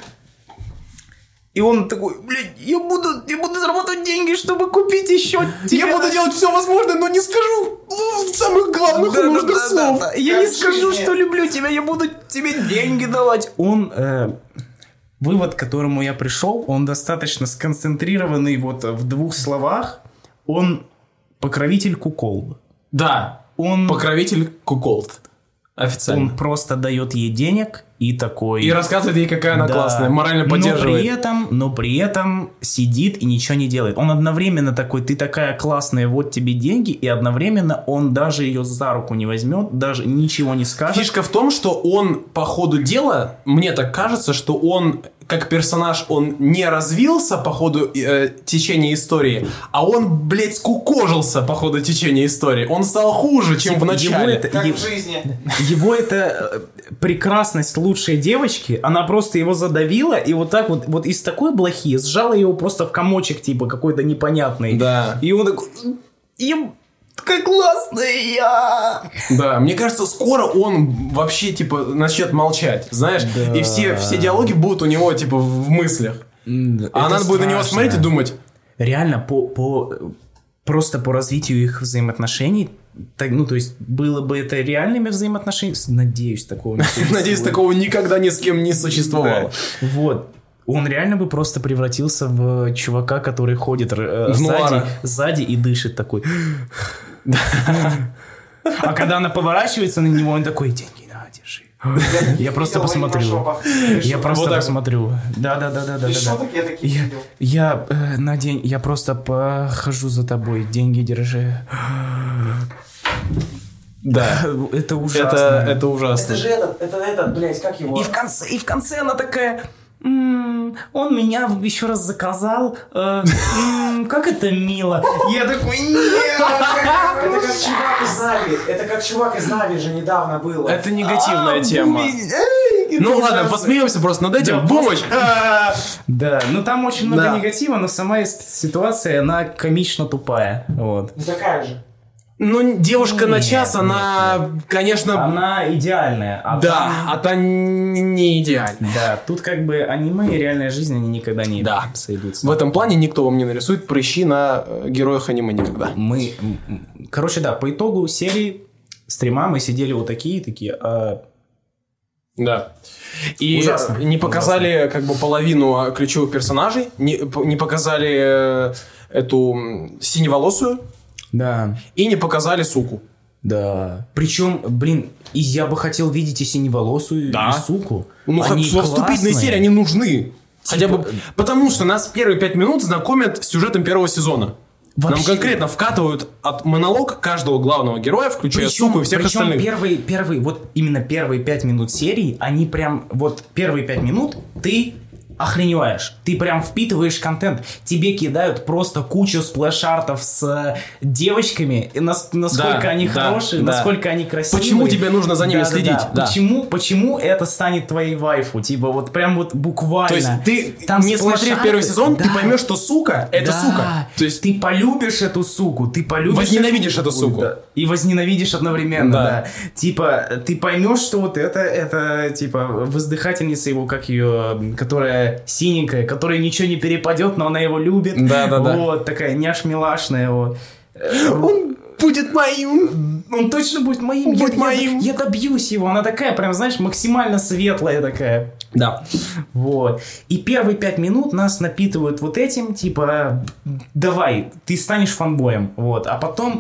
и он такой: блядь, я буду зарабатывать деньги, чтобы купить еще тебя. Я буду делать все возможное, но не скажу самых главных нужных слов. Да. Я не скажу, что люблю тебя, я буду тебе деньги давать. Он, вывод, к которому я пришел, он достаточно сконцентрированный вот в двух словах. Он покровитель куколд. Да, он покровитель куколд. Официально. Он просто дает ей денег и такой... И рассказывает ей, какая она классная, морально поддерживает. Но при этом сидит и ничего не делает. Он одновременно такой: ты такая классная, вот тебе деньги, и одновременно он даже ее за руку не возьмет, даже ничего не скажет. Фишка в том, что он по ходу дела, мне так кажется, что он как персонаж, он не развился по ходу течения истории, а он, блядь, скукожился по ходу течения истории. Он стал хуже, чем в начале. Как в жизни. Его это прекрасность лучшей девочки, она просто его задавила, и вот так вот из такой блохи сжала его просто в комочек, типа, какой-то непонятный. Да. И он такой: какая классная я! Да, мне кажется, скоро он вообще, типа, начнет молчать, знаешь, да. И все диалоги будут у него, типа, в мыслях. А она будет на него смотреть и думать. Реально, просто по развитию их взаимоотношений, то есть, было бы это реальными взаимоотношениями, надеюсь, такого не существует. Надеюсь, такого никогда ни с кем не существовало. Вот. Он реально бы просто превратился в чувака, который ходит сзади и дышит такой. А когда она поворачивается на него, он такой: деньги, на, держи. Я просто посмотрю. Я просто посмотрю. Да. Шуток я такие видел. Я на день, я просто похожу за тобой, деньги держи. Да, это ужасно. Это ужасно. Это же этот, блядь, как его? И в конце она такая: он меня еще раз заказал. Как это мило. Я такой: нет. Это как чувак из Нави же недавно было. Это негативная тема. Ну ладно, посмеемся просто над этим. Помощь! Да, ну там очень много негатива, но сама ситуация, она комично тупая. Вот. Ну такая же. Ну, девушка на час, она, конечно... Она идеальная. А та не идеальная. Да, тут как бы аниме и реальная жизнь, они никогда не сойдутся. В этом плане никто вам не нарисует прыщи на героях аниме никогда. Короче, да, по итогу серии стрима мы сидели вот такие. Да. И ужасно. Не показали как бы половину ключевых персонажей, не показали эту синеволосую. Да. И не показали суку. Да. Причем, я бы хотел видеть и синеволосую, и суку. Ну, в вступительной серии они нужны. Хотя бы потому, что нас первые 5 минут знакомят с сюжетом первого сезона. Вообще. Нам конкретно вкатывают от монолог каждого главного героя, включая суку и всех остальных. Первые 5 минут серии, они прям, вот первые 5 минут ты охреневаешь. Ты прям впитываешь контент. Тебе кидают просто кучу сплэш-артов с девочками. И насколько они хорошие, насколько они красивые. Почему тебе нужно за ними следить? Да. Почему это станет твоей вайфу? Типа вот прям вот буквально. То есть ты, там не смотрев первый сезон, ты поймешь, что сука — это сука. То есть ты полюбишь эту суку, ты полюбишь... Возненавидишь эту суку. Да. И возненавидишь одновременно, да. Типа ты поймешь, что вот это типа воздыхательница его, как ее, которая синенькая, которой ничего не перепадет, но она его любит. Да. Вот, такая няш-милашная его. Он будет моим. Он точно будет моим. Я добьюсь его. Она такая, прям, знаешь, максимально светлая такая. Да. Вот. И первые 5 минут нас напитывают вот этим, типа, давай, ты станешь фанбоем. Вот. А потом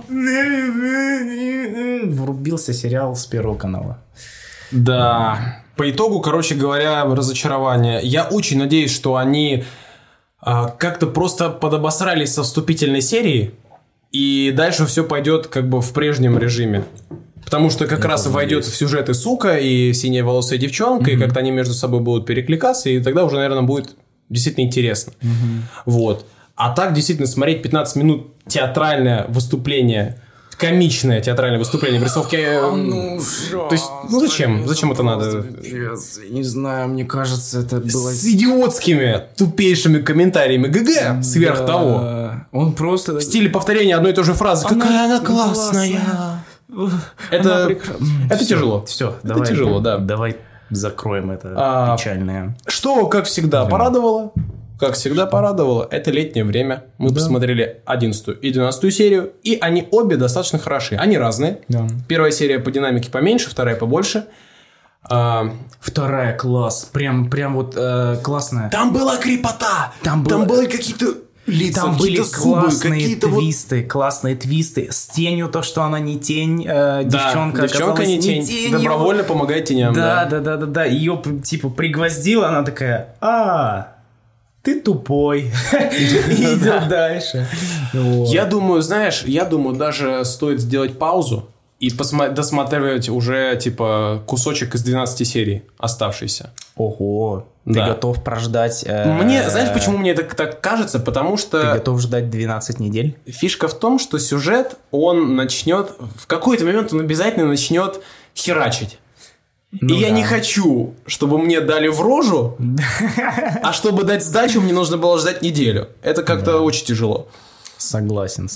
врубился сериал с Первого канала. Да. По итогу, короче говоря, разочарование. Я очень надеюсь, что они как-то просто подобосрались со вступительной серии, и дальше все пойдет как бы в прежнем режиме. Потому что как раз войдет в сюжет и сука, и синяя волосая девчонка, и как-то они между собой будут перекликаться, и тогда уже, наверное, будет действительно интересно. Вот. А так, действительно, смотреть 15 минут театральное выступление, комичное театральное выступление в рисовке... То есть, зачем? Зачем это надо? Я не знаю, мне кажется, это было... С идиотскими, тупейшими комментариями ГГ сверх того. Он просто... В стиле повторения одной и той же фразы. Какая она классная. Это тяжело. Все, это тяжело, да. Давай закроем это печальное. Что, как всегда, порадовало? Как всегда порадовало, это летнее время. Мы посмотрели 11 и 12 серию, и они обе достаточно хороши. Они разные. Да. Первая серия по динамике поменьше, вторая побольше. Вторая класс. Прям вот классная. Там была крепота. Там были какие-то лица, там были классные твисты, да. Классные твисты. С тенью то, что она не тень. Девчонка не тень. Тенью. Добровольно помогает теням. Да. Ее типа пригвоздила, она такая... Ты тупой. Идем дальше. Я думаю, даже стоит сделать паузу и досматривать уже, типа, кусочек из 12 серий оставшийся. Ого. Ты готов прождать... Знаешь, почему мне это так кажется? Потому что... Ты готов ждать 12 недель? Фишка в том, что сюжет, он начнет... В какой-то момент он обязательно начнет херачить. Я не хочу, чтобы мне дали в рожу, а чтобы дать сдачу, мне нужно было ждать неделю. Это как-то очень тяжело. Согласен.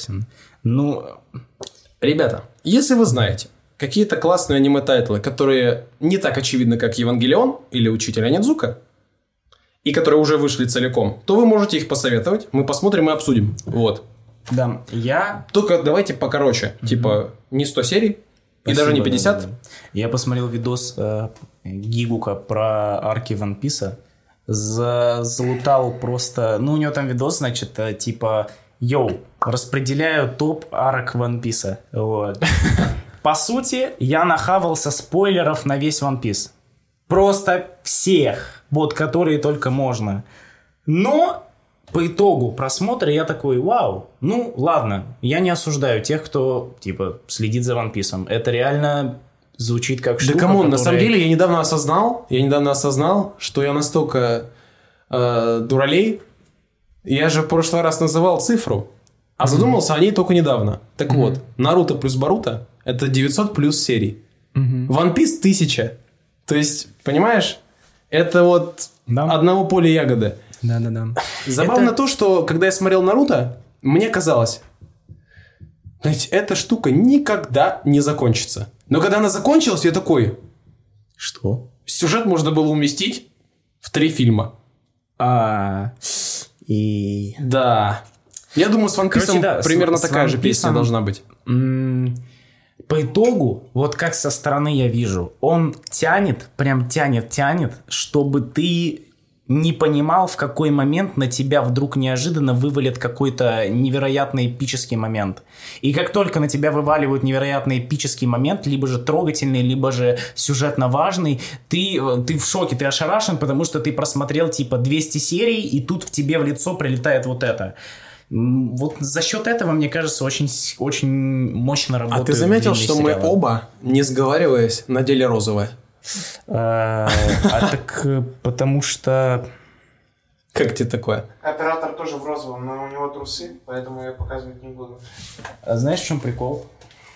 Ребята, если вы знаете какие-то классные аниме-тайтлы, которые не так очевидны, как Евангелион или Учитель Онидзука, и которые уже вышли целиком, то вы можете их посоветовать, мы посмотрим и обсудим. Вот. Да, Только давайте покороче, типа не 100 серий. И даже не 50? Да. Я посмотрел видос Гигука про арки One Piece. Залутал просто... у него там видос, значит, типа... распределяю топ арок One Piece. Вот. По сути, я нахавался спойлеров на весь One Piece. Просто всех. Вот, которые только можно. Но... По итогу просмотра я такой, вау, ладно, я не осуждаю тех, кто, типа, следит за One Piece'ом. Это реально звучит как штука, Да камон, на самом деле я недавно осознал, что я настолько дуралей. Я же в прошлый раз называл цифру, а задумался о ней только недавно. Так вот, Наруто плюс Боруто — это 900 плюс серий. One Piece 1000. То есть, понимаешь, это вот одного поля ягоды. Да. Забавно то, что когда я смотрел Наруто, мне казалось, знаете, эта штука никогда не закончится. Но когда она закончилась, я такой... Что? Сюжет можно было уместить в 3 фильма. Да. Я думаю, с One Piece'ом примерно такая же песня должна быть. По итогу, вот как со стороны я вижу, он тянет, чтобы ты... не понимал, в какой момент на тебя вдруг неожиданно вывалит какой-то невероятный эпический момент. И как только на тебя вываливают невероятный эпический момент, либо же трогательный, либо же сюжетно важный, ты в шоке, ты ошарашен, потому что ты просмотрел типа 200 серий, и тут в тебе в лицо прилетает вот это. Вот за счет этого, мне кажется, очень, очень мощно работает. А ты заметил, что мы оба, не сговариваясь, надели розовое? Так потому что... Как тебе такое? Оператор тоже в розовом, но у него трусы, поэтому я показывать не буду. А знаешь, в чем прикол?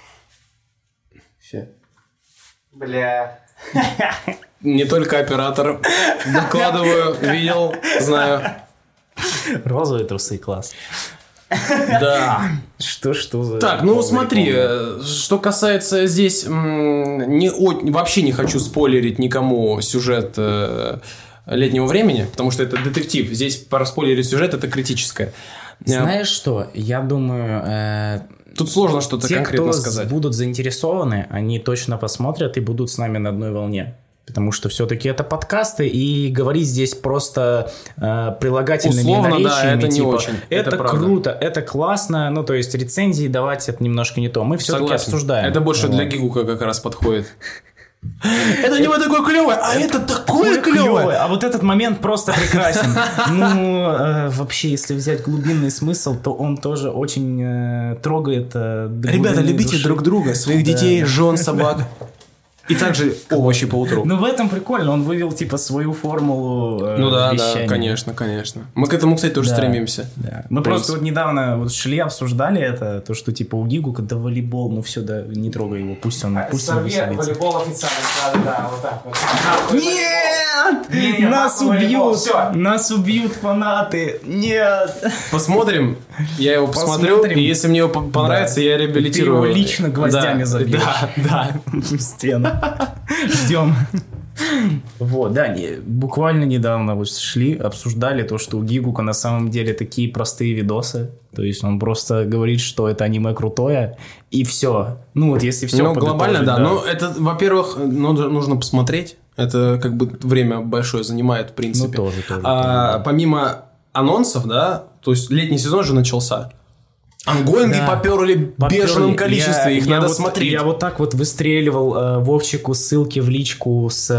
Все. Бля. Не только оператор. Докладываю, видел, знаю. Розовые трусы, класс. Да. Что за... Так, ну смотри, что касается здесь, вообще не хочу спойлерить никому сюжет «Летнего времени», потому что это детектив. Здесь проспойлерить сюжет — это критическое. Знаешь что, я думаю... Тут сложно что-то конкретно сказать. Те, кто будут заинтересованы, они точно посмотрят и будут с нами на одной волне. Потому что все-таки это подкасты, и говорить здесь просто прилагательными условно, наречиями. Да, это не очень. Это круто, это классно. Ну, то есть рецензии давать — это немножко не то. Мы все-таки обсуждаем. Это больше для Гигука как раз подходит. Это не вот такое клевое, а это такое клевое. А вот этот момент просто прекрасен. Ну, вообще, если взять глубинный смысл, то он тоже очень трогает. Ребята, любите друг друга, своих детей, жен, собак. И также овощи по утру. Ну, в этом прикольно. Он вывел, типа, свою формулу вещания. Да, конечно. Мы к этому, кстати, тоже стремимся. Да. Мы просто вот недавно шли, обсуждали это, то, что, типа, у Гигу, когда волейбол, ну, все, да, не трогай его, пусть он веселится. Волейбол официально, да, вот так вот. Нет! Нас убьют! Нас убьют фанаты! Нет! Посмотрим. Я его посмотрю, и если мне его понравится, я реабилитирую. Ты его лично гвоздями забьешь. Да. В стену. Ждем. Вот, да, буквально недавно вот шли, обсуждали то, что у Гигука на самом деле такие простые видосы. То есть он просто говорит, что это аниме крутое, и все. Ну вот если все глобально, да. Ну это, во-первых, нужно посмотреть. Это как бы время большое занимает, в принципе. Ну тоже. Помимо анонсов, да, то есть летний сезон же начался. Ангоинги поперли в бешеном количестве, их надо смотреть. Я вот так вот выстреливал Вовчику ссылки в личку с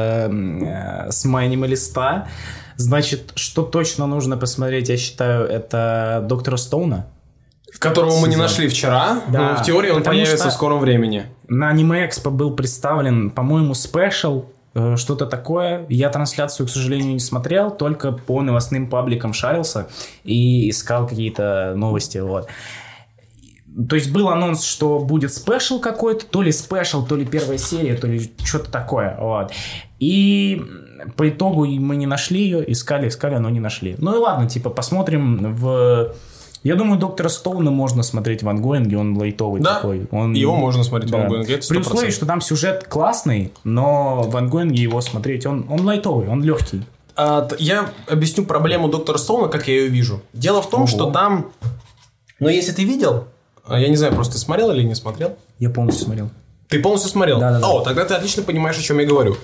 MyAnimeList. Значит, что точно нужно посмотреть, я считаю, это Доктора Стоуна. Которого мы не нашли вчера, но в теории он появится в скором времени. На Anime Expo был представлен, по-моему, спешл, что-то такое. Я трансляцию, к сожалению, не смотрел, только по новостным пабликам шарился и искал какие-то новости. Вот. То есть был анонс, что будет спешл какой-то, то ли спешл, то ли первая серия, то ли что-то такое. Вот. И по итогу мы не нашли ее, искали, но не нашли. Ну и ладно, типа посмотрим в... Я думаю, Доктора Стоуна можно смотреть в ангоинге, он лайтовый такой. Его можно смотреть в ангоинге, это 100%. При условии, что там сюжет классный, но в ангоинге его смотреть, он лайтовый, он легкий. Я объясню проблему Доктора Стоуна, как я ее вижу. Дело в том, что там... Ну, если ты видел, я не знаю, просто ты смотрел или не смотрел? Я полностью смотрел. Ты полностью смотрел? Да. О, тогда ты отлично понимаешь, о чем я говорю.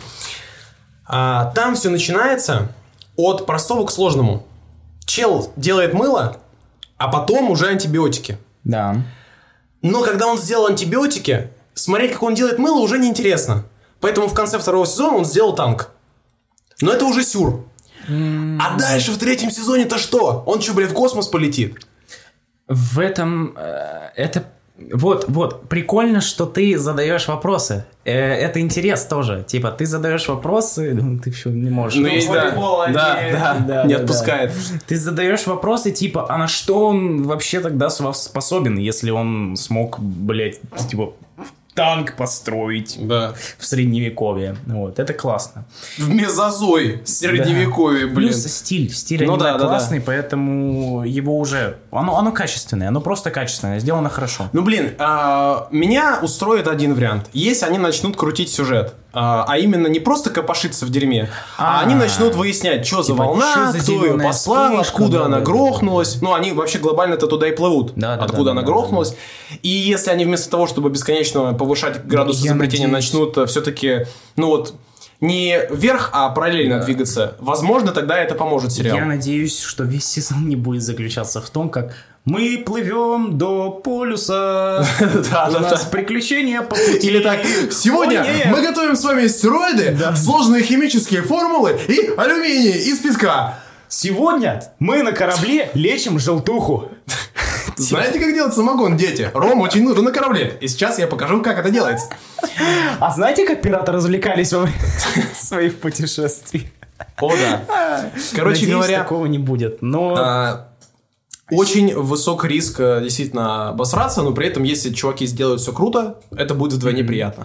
Там все начинается от простого к сложному. Чел делает мыло, а потом уже антибиотики. Да. Но когда он сделал антибиотики, смотреть, как он делает мыло, уже неинтересно. Поэтому в конце второго сезона он сделал танк. Но это уже сюр. А дальше в третьем сезоне-то что? Он что, блядь, в космос полетит? В этом... это... Вот, прикольно, что ты задаешь вопросы. Это интерес тоже. Типа, ты задаешь вопросы, ты все не можешь. Ну, есть, да, не отпускает. Ты задаешь вопросы, типа, а на что он вообще тогда способен, если он смог, блядь, типа, танк построить в средневековье. Вот, это классно. В мезозой средневековье, блин. Плюс стиль аниме классный, поэтому его уже... Оно качественное, оно просто качественное, сделано хорошо. Ну, блин, меня устроит один вариант. Если они начнут крутить сюжет, а именно не просто копошиться в дерьме, а они начнут выяснять, что за волна, кто ее послал, откуда она грохнулась. Ну, они вообще глобально-то туда и плывут, откуда она грохнулась. И если они вместо того, чтобы бесконечно повышать градус изобретения, начнут все-таки, ну вот, не вверх, а параллельно двигаться, возможно, тогда это поможет сериалу. Я надеюсь, что весь сезон не будет заключаться в том, как мы плывем до полюса, у нас приключения по пути. Или так, сегодня мы готовим с вами стероиды, сложные химические формулы и алюминий из песка. Сегодня мы на корабле лечим желтуху. Знаете, как делать самогон, дети? Ром очень нужен на корабле. И сейчас я покажу, как это делается. А знаете, как пираты развлекались во время своих путешествий? О, да. Короче Надеюсь, говоря, такого не будет. Но очень высок риск действительно обосраться, но при этом, если чуваки сделают все круто, это будет вдвойне приятно.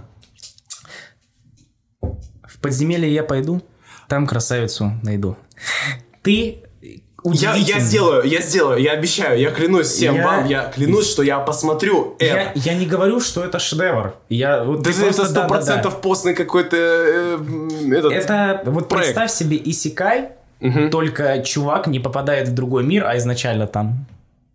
в подземелье я пойду, там красавицу найду. Ты Я сделаю, я обещаю, я клянусь всем вам, я клянусь, что я посмотрю это. Я не говорю, что это шедевр. Это 100% постный какой-то Это вот проект. представь себе исекай, только чувак не попадает в другой мир, а изначально там.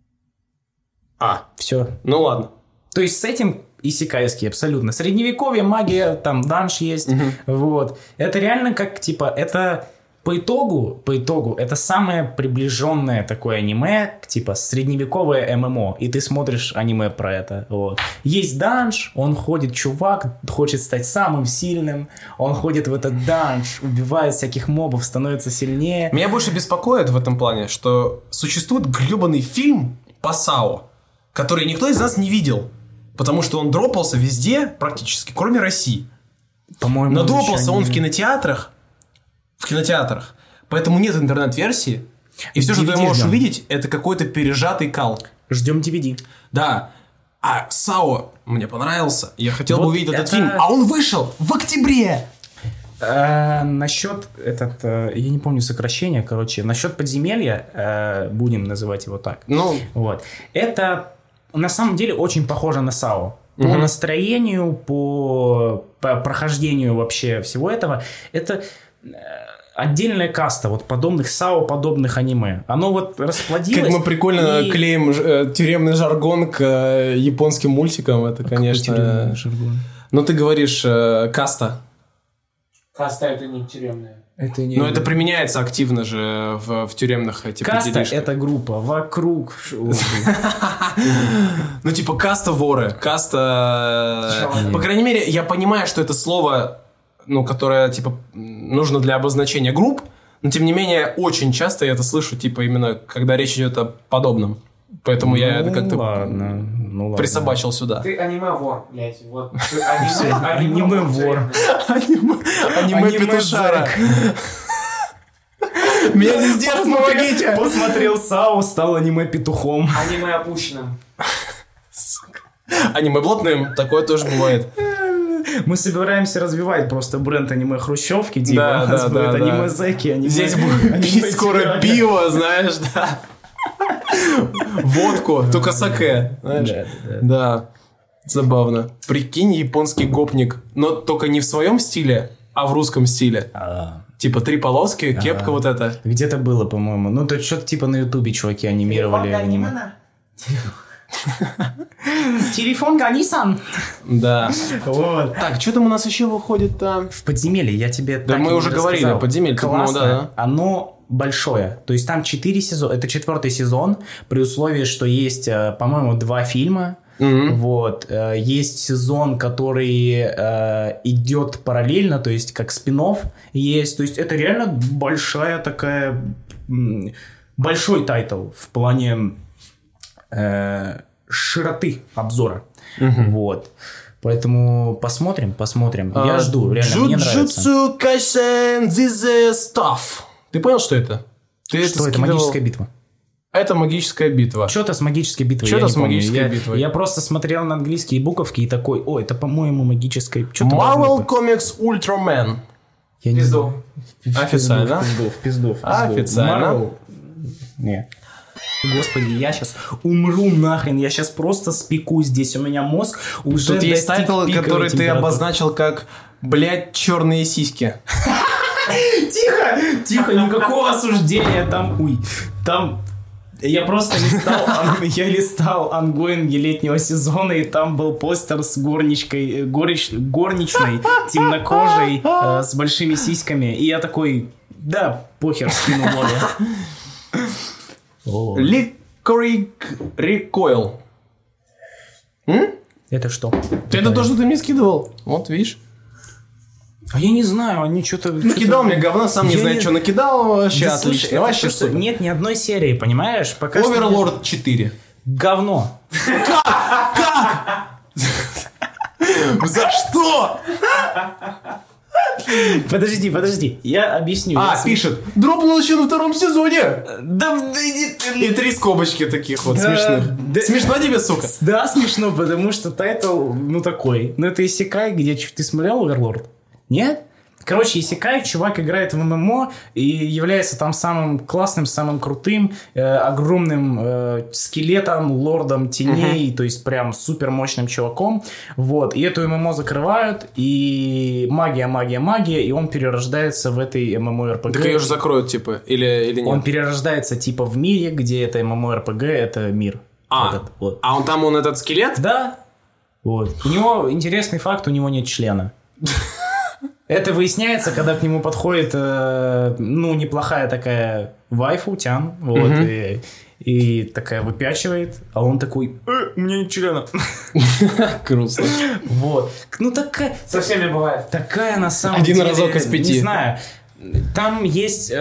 Все. Ну ладно. То есть с этим исекайский абсолютно. Средневековье, магия, там данж есть. Вот. Это реально как, типа, это по итогу, это самое приближенное такое аниме, типа, средневековое ММО. И ты смотришь аниме про это. Вот. Есть данж, он ходит, чувак, хочет стать самым сильным. Он ходит в этот данж, убивает всяких мобов, становится сильнее. Меня больше беспокоит в этом плане, что существует гребаный фильм по САО, который никто из нас не видел. Потому что он дропался везде, практически, кроме России. По-моему, Но дропался он в кинотеатрах. Поэтому нет интернет-версии. И все, что ты можешь увидеть, это какой-то пережатый кал. Ждем DVD. Да. А САО мне понравился. Я хотел бы увидеть этот фильм. А он вышел в октябре. Насчет я не помню сокращение, насчет подземелья, будем называть его так. Вот. Это на самом деле очень похоже на САО. По настроению, по прохождению вообще всего этого. Это отдельная каста вот подобных САО, подобных аниме. Оно вот расплодилось. Как мы прикольно клеим тюремный жаргон к японским мультикам. Это, конечно... Тюремный жаргон? Ну, ты говоришь каста. Каста это не тюремная. Но это применяется активно же в тюремных Каста — это группа вокруг. Ну, типа, каста воры, каста... По крайней мере, я понимаю, что это слово, которое, типа, нужно для обозначения групп, но, тем не менее, очень часто я это слышу, типа, именно, когда речь идет о подобном. Поэтому я это как-то присобачил сюда. Ты аниме-вор, блядь. Вот. Аниме-вор. Аниме-петушара. Меня не сделать, помогите! Посмотрел САО, стал аниме-петухом. Аниме-опущенным. Аниме-блатным, такое тоже бывает. Мы собираемся развивать просто бренд аниме-хрущевки. Да. У нас будет аниме-зэки. Здесь будет пить скоро пиво, знаешь, да. Водку, только саке, знаешь? Да. Забавно. Прикинь, японский гопник, но только не в своем стиле, а в русском стиле. Типа 3 полоски, кепка вот эта. Где-то было, по-моему. Ну, то что-то типа на Ютубе чуваки анимировали аниме. Телефон Ганисан. Да. Вот. Так, что там у нас еще выходит там? В подземелье, я тебе да, мы уже говорили о подземелье. Классно. Оно большое. То есть там 4 сезона. Это 4-й сезон. При условии, что есть, по-моему, 2 фильма. Вот. Есть сезон, который идет параллельно, то есть как спин-офф есть. То есть это реально большая такая... Большой тайтл в плане широты обзора. Вот. Поэтому посмотрим. Я жду, реально, мне нравится. Jujutsu Kaisen this stuff. Ты понял, что это? Что это? Магическая битва. Это магическая битва. Что-то с магической битвой. Что-то с магической битвой. Я просто смотрел на английские буковки и такой, это, по-моему, магическая... Marvel Comics Ultraman. Пизду. Официально. В пизду. Официально. Нет. Господи, я сейчас умру нахрен. Я сейчас просто спеку здесь. У меня мозг уже тут есть тайтл, который ты обозначил как, блядь, черные сиськи. Тихо, никакого осуждения там... Я просто листал ангоинги летнего сезона, и там был постер с горничной, темнокожей, с большими сиськами. И я такой, да, похер, скину море. Recoil. Это что? Это то, что ты мне скидывал. Вот, видишь. А я не знаю, они что-то... Накидал мне говно, сам не знаю, что накидал. Вообще да, отлично. Слушай, вообще супер. Нет ни одной серии, понимаешь? Пока Overlord 4. Говно. Как? За что? Подожди, я объясню. Пишет, дропнул еще на 2 сезоне. И 3 скобочки таких вот смешных. Смешно тебе, сука? Да, смешно, потому что тайтл, такой. Это исекай, где ты смотрел Overlord? Нет? Короче, исекай, чувак играет в ММО и является там самым классным, самым крутым, огромным скелетом, лордом теней, то есть прям супер мощным чуваком. Вот. И эту ММО закрывают, и магия, и он перерождается в этой ММО-РПГ. Так ее же закроют, типа, или нет? Он перерождается, типа, в мире, где это ММО-РПГ, это мир. Вот. А он этот скелет? Да. Вот. У него интересный факт, у него нет члена. Это выясняется, когда к нему подходит, неплохая такая вайфу, Тян, вот, и такая выпячивает, а он такой, у меня нет члена. Грустно. Вот. Такая... Со всеми бывает. Такая на самом деле... Один разок из 5. Не знаю. Там есть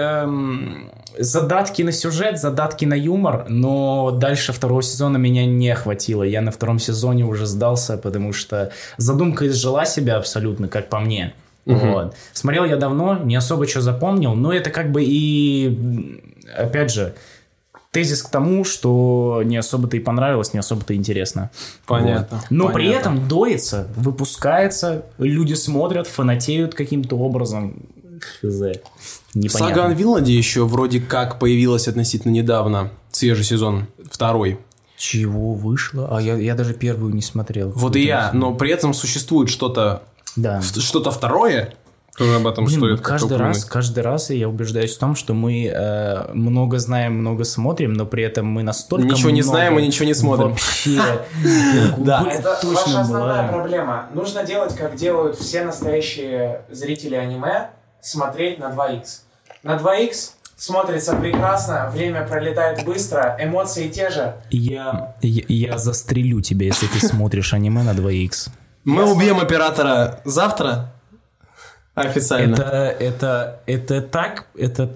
задатки на сюжет, задатки на юмор, но дальше 2 сезона меня не хватило. Я на 2 сезоне уже сдался, потому что задумка изжила себя абсолютно, как по мне. Вот. Смотрел я давно, не особо что запомнил, но это как бы и, опять же, тезис к тому, что не особо-то и понравилось, не особо-то интересно. Понятно. Вот. Но при этом доится, выпускается, люди смотрят, фанатеют каким-то образом. Хз. Непонятно. Сага о Винланде еще вроде как появилась относительно недавно. Свежий сезон, 2. Чего вышло? А я даже 1 не смотрел. Вот и я, но при этом существует что-то... Да. Что-то 2, тоже об этом стоит. Каждый раз я убеждаюсь в том, что мы много знаем, много смотрим, но при этом мы настолько ничего не знаем и ничего не смотрим. Вообще. Да. Это ваша основная проблема. Нужно делать, как делают все настоящие зрители аниме, смотреть на 2х. На 2х смотрится прекрасно, время пролетает быстро, эмоции те же. Я застрелю тебя, если ты смотришь аниме на 2х. Мы убьем оператора завтра официально. Это так, это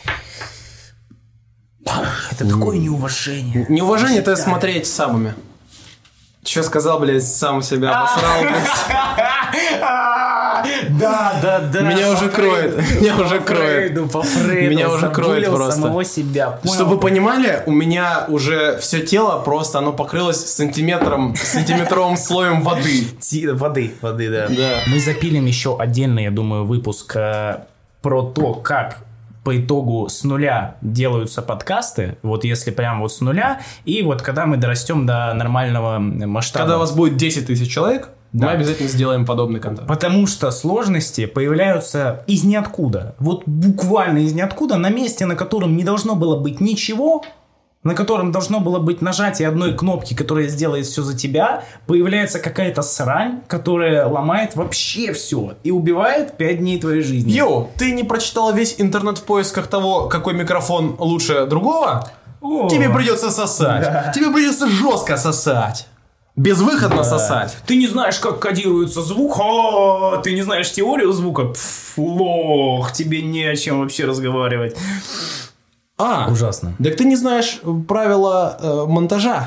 такое неуважение. Неуважение это смотреть самыми. Че сказал, блядь, сам себя обосрал, блядь. Да. Меня уже кроет. Меня уже кроет. Меня уже кроет просто. Самого себя. Чтобы вы понимали, у меня уже все тело просто, оно покрылось сантиметровым слоем воды. Воды, да. Мы запилим еще отдельный, я думаю, выпуск про то, как по итогу с нуля делаются подкасты, вот если прям вот с нуля, и вот когда мы дорастем до нормального масштаба. Когда у вас будет 10 тысяч человек, да, мы обязательно сделаем подобный контент. Потому что сложности появляются из ниоткуда. Вот буквально из ниоткуда, на месте, на котором не должно было быть ничего, на котором должно было быть нажатие одной кнопки, которая сделает все за тебя, появляется какая-то срань, которая ломает вообще все и убивает 5 дней твоей жизни. Йоу, ты не прочитал весь интернет в поисках того, какой микрофон лучше другого? Тебе придется сосать. Да. Тебе придется жестко сосать. Безвыходно сосать. Ты не знаешь, как кодируется звук. Ты не знаешь теорию звука. Лох, тебе не о чем вообще разговаривать. Ужасно. Так ты не знаешь правила монтажа.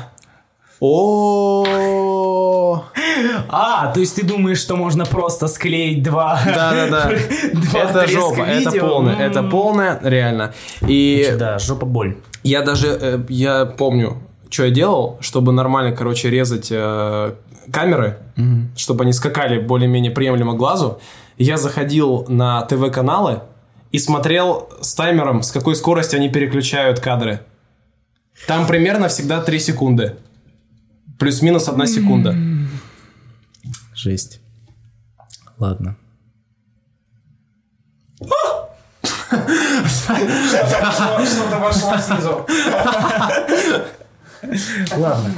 То есть ты думаешь, что можно просто склеить два. Да. Это жопа, это полная, реально. И да, жопа боль. Я помню, что я делал, чтобы нормально, резать камеры, чтобы они скакали более-менее приемлемо глазу. Я заходил на ТВ-каналы и смотрел с таймером, с какой скоростью они переключают кадры. Там примерно всегда 3 секунды. Плюс-минус 1 секунда. Жесть. Ладно. Что-то вошло снизу. Ладно.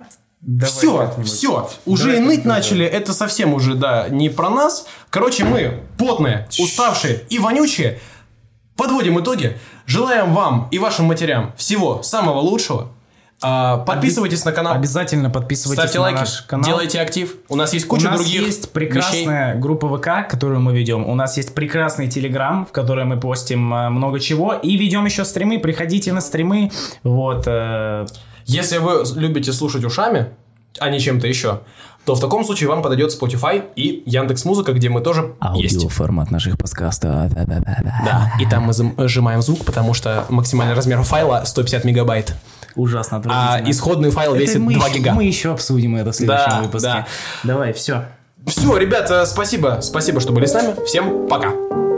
Все, уже и ныть начали, это совсем уже, не про нас. Мы потные, уставшие и вонючие, подводим итоги. Желаем вам и вашим матерям всего самого лучшего. Подписывайтесь на канал. Обязательно подписывайтесь. Ставьте лайки, наш канал. делайте актив. У нас есть куча других вещей. У нас есть прекрасная группа ВК, которую мы ведем. У нас есть прекрасный Телеграм, в котором мы постим много чего. И ведем еще стримы. Приходите на стримы. Вот. Если вы любите слушать ушами, а не чем-то еще, то в таком случае вам подойдет Spotify и Яндекс.Музыка, где мы тоже есть. Аудиоформат наших подкастов. Да, и там мы зажимаем звук, потому что максимальный размер файла 150 мегабайт. Ужасно отвратительно. А исходный файл весит 2 гига. Мы еще обсудим это в следующем выпуске. Да. Давай, все. Все, ребята, спасибо. Спасибо, что были с нами. Всем пока.